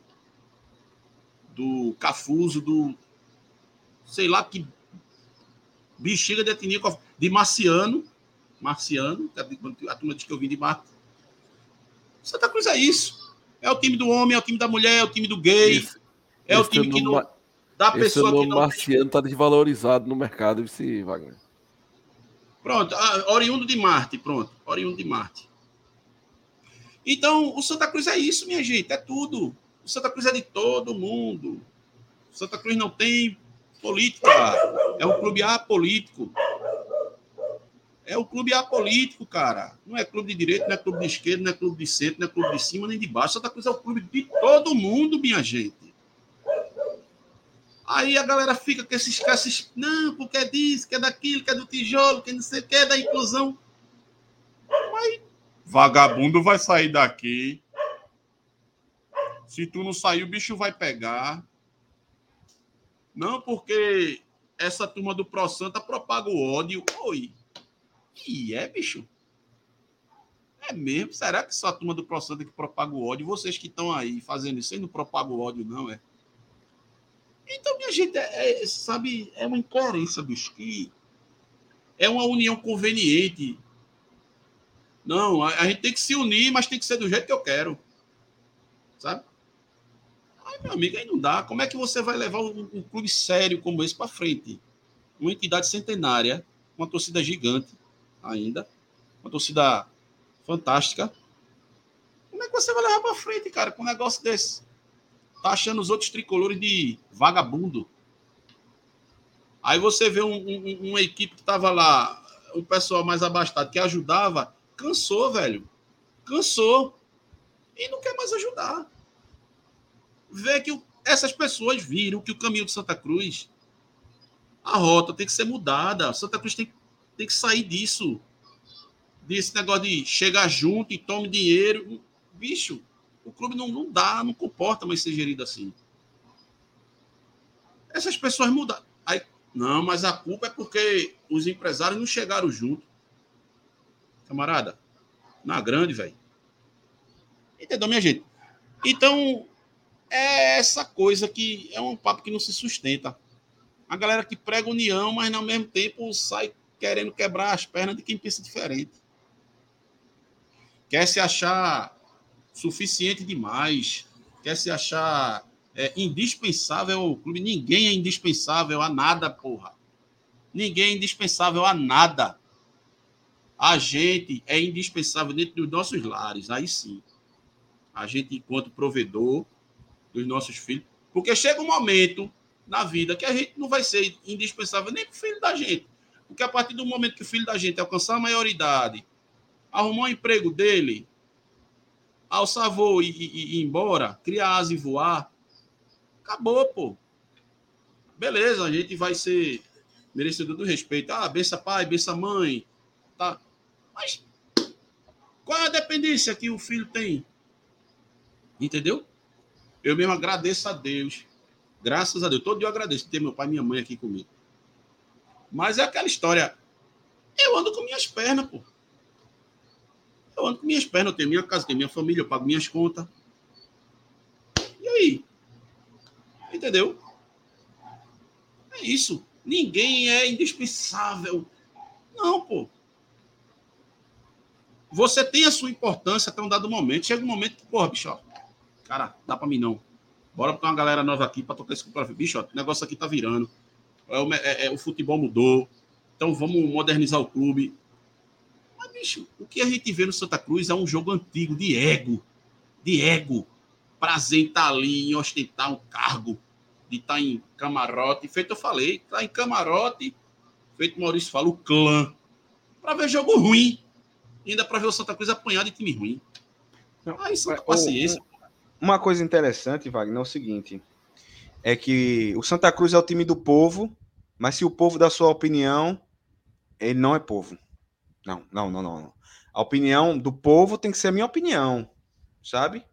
cafuso, do sei lá que bexiga de etnia, de marciano, a turma diz que eu vim de Marte. Santa Cruz é isso. É o time do homem, é o time da mulher, é o time do gay, é o time que não... da pessoa que não... marciano está desvalorizado no mercado, esse Wagner. Pronto, oriundo de Marte, oriundo de Marte. Então, o Santa Cruz é isso, minha gente, é tudo. O Santa Cruz é de todo mundo. O Santa Cruz não tem política, é um clube apolítico. É um clube apolítico, cara. Não é clube de direita, não é clube de esquerda, não é clube de centro, não é clube de cima, nem de baixo. Santa Cruz é o clube de todo mundo, minha gente. Aí a galera fica com esses caras, não, porque é disso, que é daquilo, que é do tijolo, que não sei o que, é da inclusão. Mas vagabundo vai sair daqui. Se tu não sair, o bicho vai pegar. Não, porque essa turma do Pro Santa propaga o ódio. Oi. E é, bicho? É mesmo? Será que só a turma do Pro Santa que propaga o ódio? Vocês que estão aí fazendo isso aí não propagam o ódio, não, é? Então, minha gente, sabe, é uma incoerência, bicho, que é uma união conveniente. Não, a gente tem que se unir, mas tem que ser do jeito que eu quero. Sabe? Ai, meu amigo, aí não dá. Como é que você vai levar um clube sério como esse para frente? Uma entidade centenária, uma torcida gigante ainda, uma torcida fantástica. Como é que você vai levar para frente, cara, com um negócio desse? Tá achando os outros tricolores de vagabundo. Aí você vê uma equipe que tava lá, o pessoal mais abastado, que ajudava, cansou, velho. Cansou. E não quer mais ajudar. Vê que essas pessoas viram que o caminho de Santa Cruz, a rota tem que ser mudada. Santa Cruz tem que sair disso. Desse negócio de chegar junto e tome dinheiro. Bicho, o clube não dá, não comporta mais ser gerido assim. Essas pessoas mudaram. Aí, não, mas a culpa é porque os empresários não chegaram junto. Camarada, na grande, velho. Entendeu, minha gente? Então, é essa coisa que é um papo que não se sustenta. A galera que prega união, mas ao mesmo tempo sai querendo quebrar as pernas de quem pensa diferente. Quer se achar suficiente demais, quer se achar indispensável ao clube. Ninguém é indispensável a nada, porra. Ninguém é indispensável a nada. A gente é indispensável dentro dos nossos lares, aí sim. A gente, enquanto provedor dos nossos filhos, porque chega um momento na vida que a gente não vai ser indispensável nem para o filho da gente. Porque a partir do momento que o filho da gente alcançar a maioridade, arrumar um emprego dele, alçar voo e ir embora, criar asa e voar, acabou, pô. Beleza, a gente vai ser merecedor do respeito. Ah, bença pai, bença mãe, tá? Mas qual é a dependência que o filho tem? Entendeu? Eu mesmo agradeço a Deus. Graças a Deus. Todo dia eu agradeço ter meu pai e minha mãe aqui comigo. Mas é aquela história. Eu ando com minhas pernas, pô. Eu ando com minhas pernas. Eu tenho minha casa, tenho minha família, eu pago minhas contas. E aí? Entendeu? É isso. Ninguém é indispensável. Não, pô. Você tem a sua importância até um dado momento. Chega um momento que, porra, bicho, ó, cara, dá pra mim não. Bora botar uma galera nova aqui pra tocar esse campeonato. Bicho, ó, o negócio aqui tá virando. O futebol mudou. Então vamos modernizar o clube. Mas, bicho, o que a gente vê no Santa Cruz é um jogo antigo, de ego. De ego. Prazer em estar ali, em ostentar um cargo, de estar em camarote. Feito eu falei, tá em camarote, feito o Maurício fala, o clã. Pra ver jogo ruim. E ainda pra ver o Santa Cruz apanhar de time ruim. Aí, Santa paciência. Uma coisa interessante, Wagner, é o seguinte. É que o Santa Cruz é o time do povo, mas se o povo dá sua opinião, ele não é povo. Não. A opinião do povo tem que ser a minha opinião, sabe?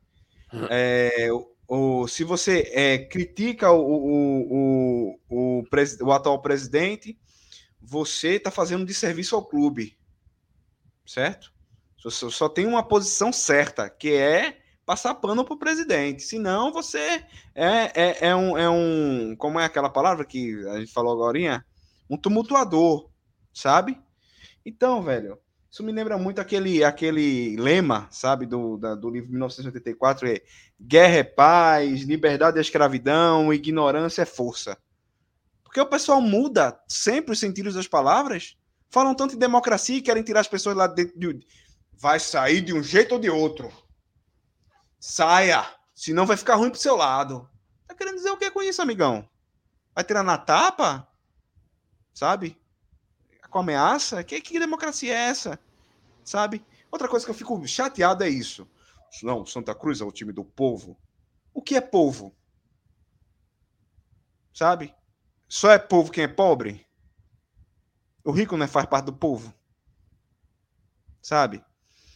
Se você critica o atual presidente, você está fazendo um desserviço ao clube, certo? Só tem uma posição certa, que é passar pano para o presidente. Senão você é um... Como é aquela palavra que a gente falou agora? Um tumultuador, sabe? Então, velho, isso me lembra muito aquele lema, sabe, do livro 1984, guerra é paz, liberdade é escravidão, ignorância é força. Porque o pessoal muda sempre os sentidos das palavras, falam tanto em democracia e querem tirar as pessoas lá dentro de... Vai sair de um jeito ou de outro. Saia, senão vai ficar ruim pro seu lado. Tá querendo dizer o que com isso, amigão? Vai tirar na tapa? Sabe? Com ameaça? Que democracia é essa? Sabe? Outra coisa que eu fico chateado é isso. Não, Santa Cruz é o time do povo. O que é povo? Sabe? Só é povo quem é pobre? O rico não faz parte do povo? Sabe?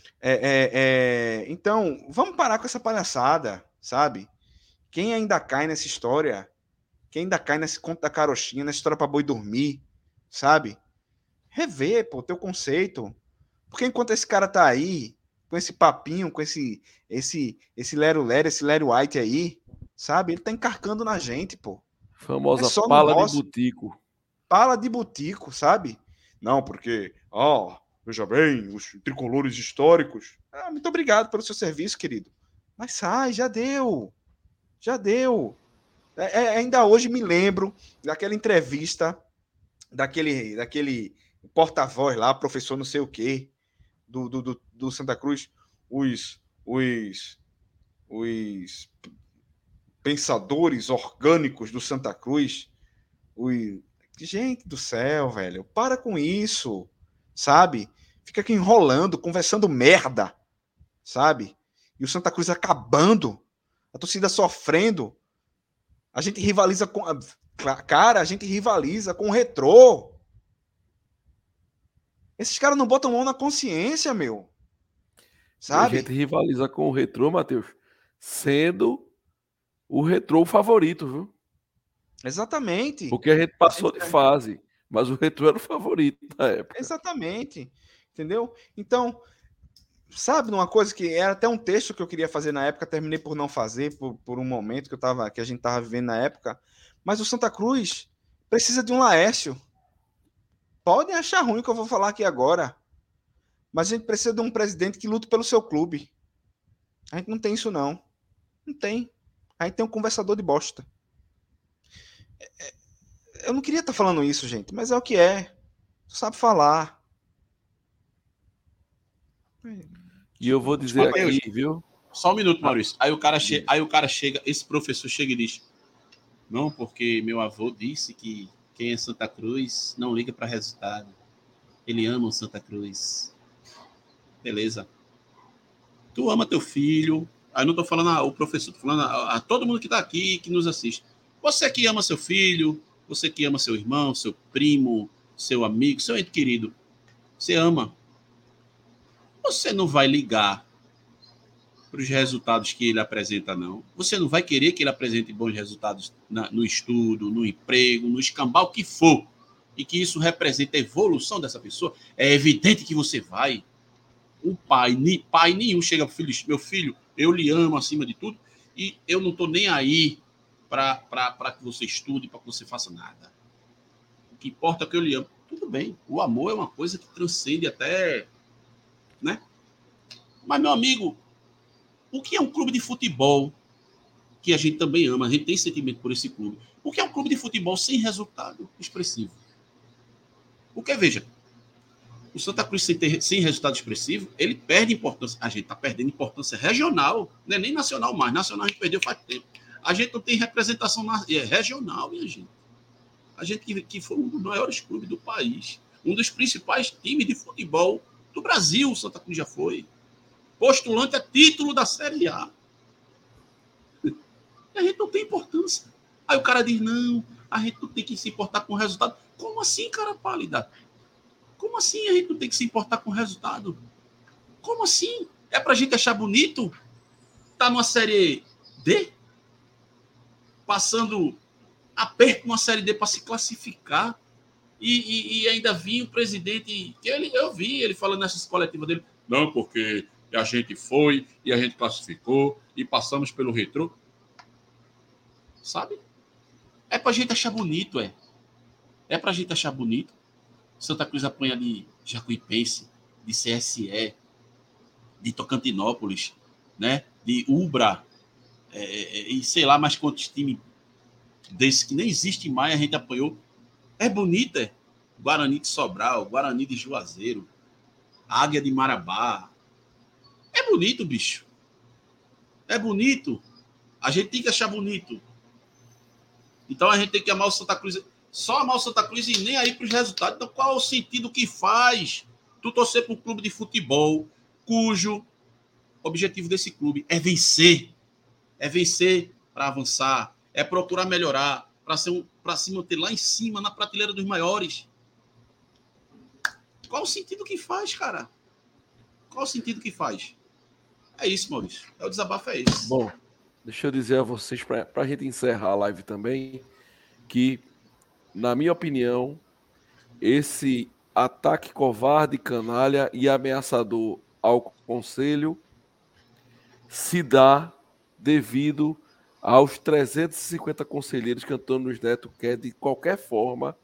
Então, vamos parar com essa palhaçada, sabe? Quem ainda cai nessa história, quem ainda cai nesse conto da carochinha, nessa história pra boi dormir, sabe? Rever, pô, teu conceito. Porque enquanto esse cara tá aí, com esse papinho, com esse lero-lero, esse Lero White aí, sabe? Ele tá encarcando na gente, pô. Famosa pala de butico. Pala de butico, sabe? Não, porque, veja bem, os tricolores históricos. Muito obrigado pelo seu serviço, querido. Mas sai, já deu. Já deu. Ainda hoje me lembro daquela entrevista daquele porta-voz lá, professor não sei o quê, do Santa Cruz, os pensadores orgânicos do Santa Cruz. Gente do céu, velho, para com isso, sabe? Fica aqui enrolando, conversando merda, sabe? E o Santa Cruz acabando, a torcida sofrendo. A gente rivaliza com... Cara, a gente rivaliza com o Retrô. Esses caras não botam mão na consciência, meu. Sabe? A gente rivaliza com o Retrô, Matheus, sendo o Retrô o favorito, viu? Exatamente. Porque a gente passou de fase, mas o Retrô era o favorito da época. Exatamente. Entendeu? Então, sabe uma coisa que era até um texto que eu queria fazer na época, terminei por não fazer por um momento que a gente tava vivendo na época, mas o Santa Cruz precisa de um Laércio. Podem achar ruim o que eu vou falar aqui agora, mas a gente precisa de um presidente que lute pelo seu clube. A gente não tem isso, não. Não tem. A gente tem um conversador de bosta. Eu não queria estar falando isso, gente, mas é o que é. Tu sabe falar. E eu vou dizer aqui, viu? Só um minuto, Maurício. Aí o cara chega, esse professor chega e diz: não, porque meu avô disse que quem é Santa Cruz não liga para resultado. Ele ama o Santa Cruz. Beleza. Tu ama teu filho. Aí não estou falando o professor, estou falando a todo mundo que está aqui, que nos assiste. Você que ama seu filho, você que ama seu irmão, seu primo, seu amigo, seu ente querido, você ama. Você não vai ligar para os resultados que ele apresenta, não. Você não vai querer que ele apresente bons resultados no estudo, no emprego, no escambau que for, e que isso represente a evolução dessa pessoa. É evidente que você vai. Um pai nenhum chega para o filho e diz: meu filho, eu lhe amo acima de tudo e eu não estou nem aí para que você estude, para que você faça nada. O que importa é que eu lhe amo. Tudo bem, o amor é uma coisa que transcende até... né? Mas, meu amigo, o que é um clube de futebol que a gente também ama? A gente tem sentimento por esse clube. O que é um clube de futebol sem resultado expressivo? Porque, veja, o Santa Cruz sem resultado expressivo, ele perde importância. A gente está perdendo importância regional, não é nem nacional mais. Nacional a gente perdeu faz tempo. A gente não tem representação regional, minha gente. A gente que foi um dos maiores clubes do país, um dos principais times de futebol do Brasil, o Santa Cruz já foi. Postulante a título da Série A. E a gente não tem importância. Aí o cara diz: não, a gente não tem que se importar com o resultado. Como assim, cara pálida? Como assim a gente não tem que se importar com o resultado? Como assim? É pra gente achar bonito? Tá numa Série D? Passando aperto numa Série D para se classificar? E ainda vi o presidente... Eu vi ele falando nessas coletivas dele: não, porque a gente foi e a gente classificou e passamos pelo retrô. Sabe? É pra gente achar bonito, é. É pra gente achar bonito. Santa Cruz apanha de Jacuipense, de CSE, de Tocantinópolis, né? De Ubra, e sei lá mais quantos times desses que nem existe mais, a gente apanhou. É bonito, é? Guarani de Sobral, Guarani de Juazeiro, Águia de Marabá. É bonito, bicho. É bonito. A gente tem que achar bonito. Então a gente tem que amar o Santa Cruz... Só amar o Santa Cruz e nem aí para os resultados. Então, qual é o sentido que faz tu torcer para um clube de futebol cujo objetivo desse clube é vencer? É vencer para avançar, é procurar melhorar, para se manter lá em cima, na prateleira dos maiores. Qual o sentido que faz, cara? Qual o sentido que faz? É isso, Maurício. O desabafo é esse. Bom, deixa eu dizer a vocês, para a gente encerrar a live também, que, na minha opinião, esse ataque covarde, canalha e ameaçador ao Conselho se dá devido aos 350 conselheiros que Antônio Luiz Neto quer, de qualquer forma,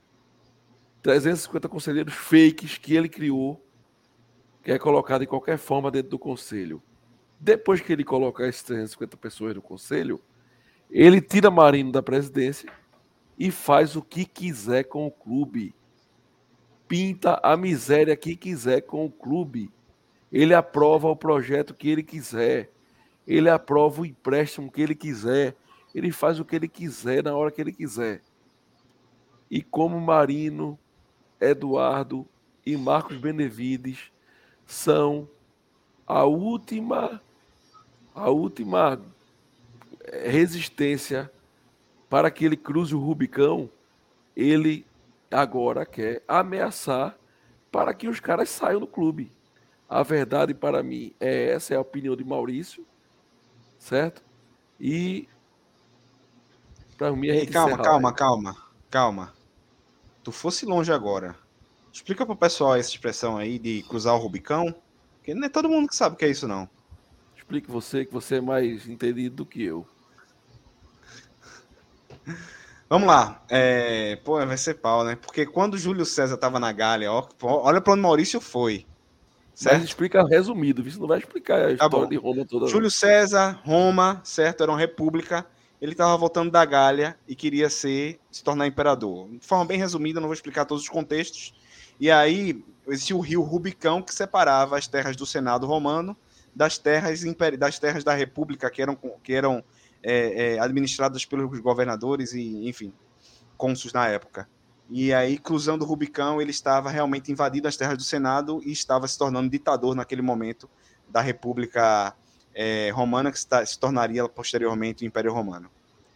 350 conselheiros fakes que ele criou, quer colocar de qualquer forma dentro do Conselho. Depois que ele colocar esses 350 pessoas no Conselho, ele tira Marino da presidência e faz o que quiser com o clube. Pinta a miséria que quiser com o clube. Ele aprova o projeto que ele quiser. Ele aprova o empréstimo que ele quiser. Ele faz o que ele quiser na hora que ele quiser. E como Marino, Eduardo e Marcos Benevides são a última resistência para que ele cruze o Rubicão, ele agora quer ameaçar para que os caras saiam do clube. A verdade para mim essa é a opinião de Maurício, certo? E para mim a gente Calma. Tu fosse longe agora. Explica pro pessoal essa expressão aí de cruzar o Rubicão, porque não é todo mundo que sabe o que é isso, não. Explique você, que você é mais entendido do que eu. Vamos lá. Vai ser pau, né? Porque quando o Júlio César tava na Gália, olha pra onde Maurício foi. Certo? Mas explica resumido, você não vai explicar a história de Roma toda. Júlio César, Roma, certo? Era uma república. Ele estava voltando da Gália e queria se tornar imperador. De forma bem resumida, não vou explicar todos os contextos. E aí, existia o rio Rubicão, que separava as terras do Senado romano das terras da República, que eram administradas pelos governadores e, enfim, cônsules na época. E aí, cruzando o Rubicão, ele estava realmente invadindo as terras do Senado e estava se tornando ditador naquele momento da República Romana, que se tornaria posteriormente o Império Romano.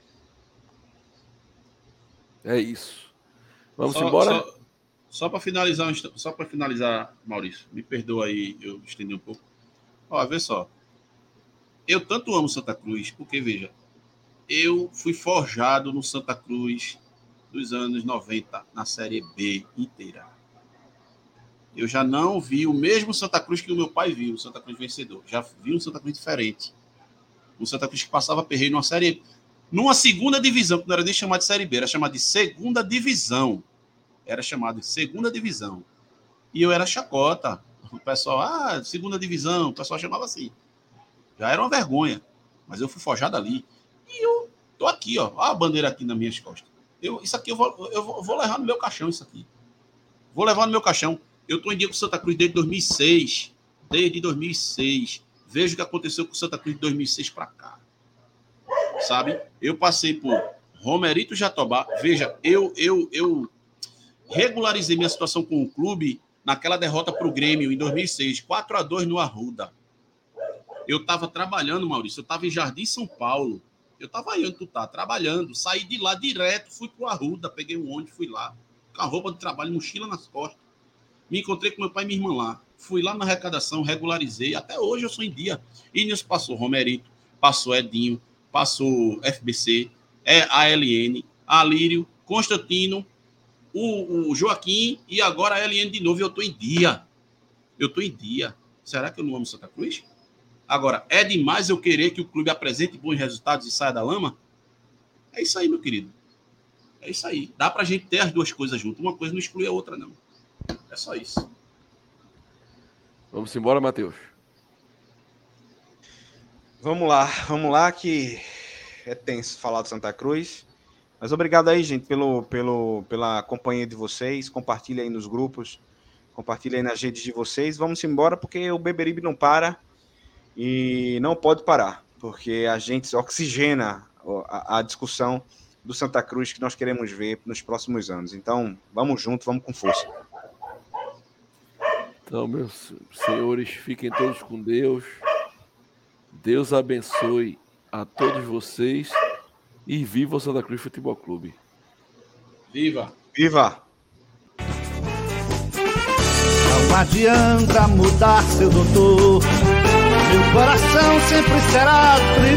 É isso. Vamos embora? Só para finalizar, Maurício, me perdoa aí, eu estendi um pouco. Ó, vê só. Eu tanto amo Santa Cruz, porque, veja, eu fui forjado no Santa Cruz dos anos 90, na Série B inteira. Eu já não vi o mesmo Santa Cruz que o meu pai viu, o Santa Cruz vencedor. Já vi um Santa Cruz diferente. Um Santa Cruz que passava perreio numa segunda divisão, que não era nem chamado de Série B, era chamado de segunda divisão. Era chamado de segunda divisão. E eu era chacota. O pessoal, segunda divisão, o pessoal chamava assim. Já era uma vergonha. Mas eu fui forjado ali. E eu tô aqui, ó. Olha a bandeira aqui nas minhas costas. Isso aqui eu vou levar no meu caixão, isso aqui. Vou levar no meu caixão. Eu tô em dia com o Santa Cruz desde 2006. Desde 2006. Vejo o que aconteceu com o Santa Cruz de 2006 para cá. Sabe? Eu passei por Romerito Jatobá. Veja, eu regularizei minha situação com o clube naquela derrota para o Grêmio em 2006, 4-2 no Arruda. Eu estava trabalhando, Maurício, eu estava em Jardim, São Paulo. Eu estava aí onde tu tá, trabalhando. Saí de lá direto, fui para o Arruda, peguei um ônibus, fui lá, com a roupa de trabalho, mochila nas costas. Me encontrei com meu pai e minha irmã lá. Fui lá na arrecadação, regularizei. Até hoje eu sou em dia. E nisso passou Romerito, passou Edinho, passou FBC, ALN, Alírio, Constantino, o Joaquim e agora a LN de novo. E eu estou em dia. Será que eu não amo Santa Cruz? Agora, é demais eu querer que o clube apresente bons resultados e saia da lama? É isso aí, meu querido. É isso aí. Dá pra gente ter as duas coisas juntas. Uma coisa não exclui a outra, não. É só isso. Vamos embora, Matheus. Vamos lá, que é tenso falar do Santa Cruz. Mas obrigado aí, gente, pela companhia de vocês. Compartilha aí nos grupos, compartilha aí nas redes de vocês. Vamos embora, porque o Beberibe não para e não pode parar, porque a gente oxigena a discussão do Santa Cruz que nós queremos ver nos próximos anos. Então, vamos junto, vamos com força. Então, meus senhores, fiquem todos com Deus. Deus abençoe a todos vocês e viva o Santa Cruz Futebol Clube. Viva! Viva! Não adianta mudar, seu doutor. Meu coração sempre será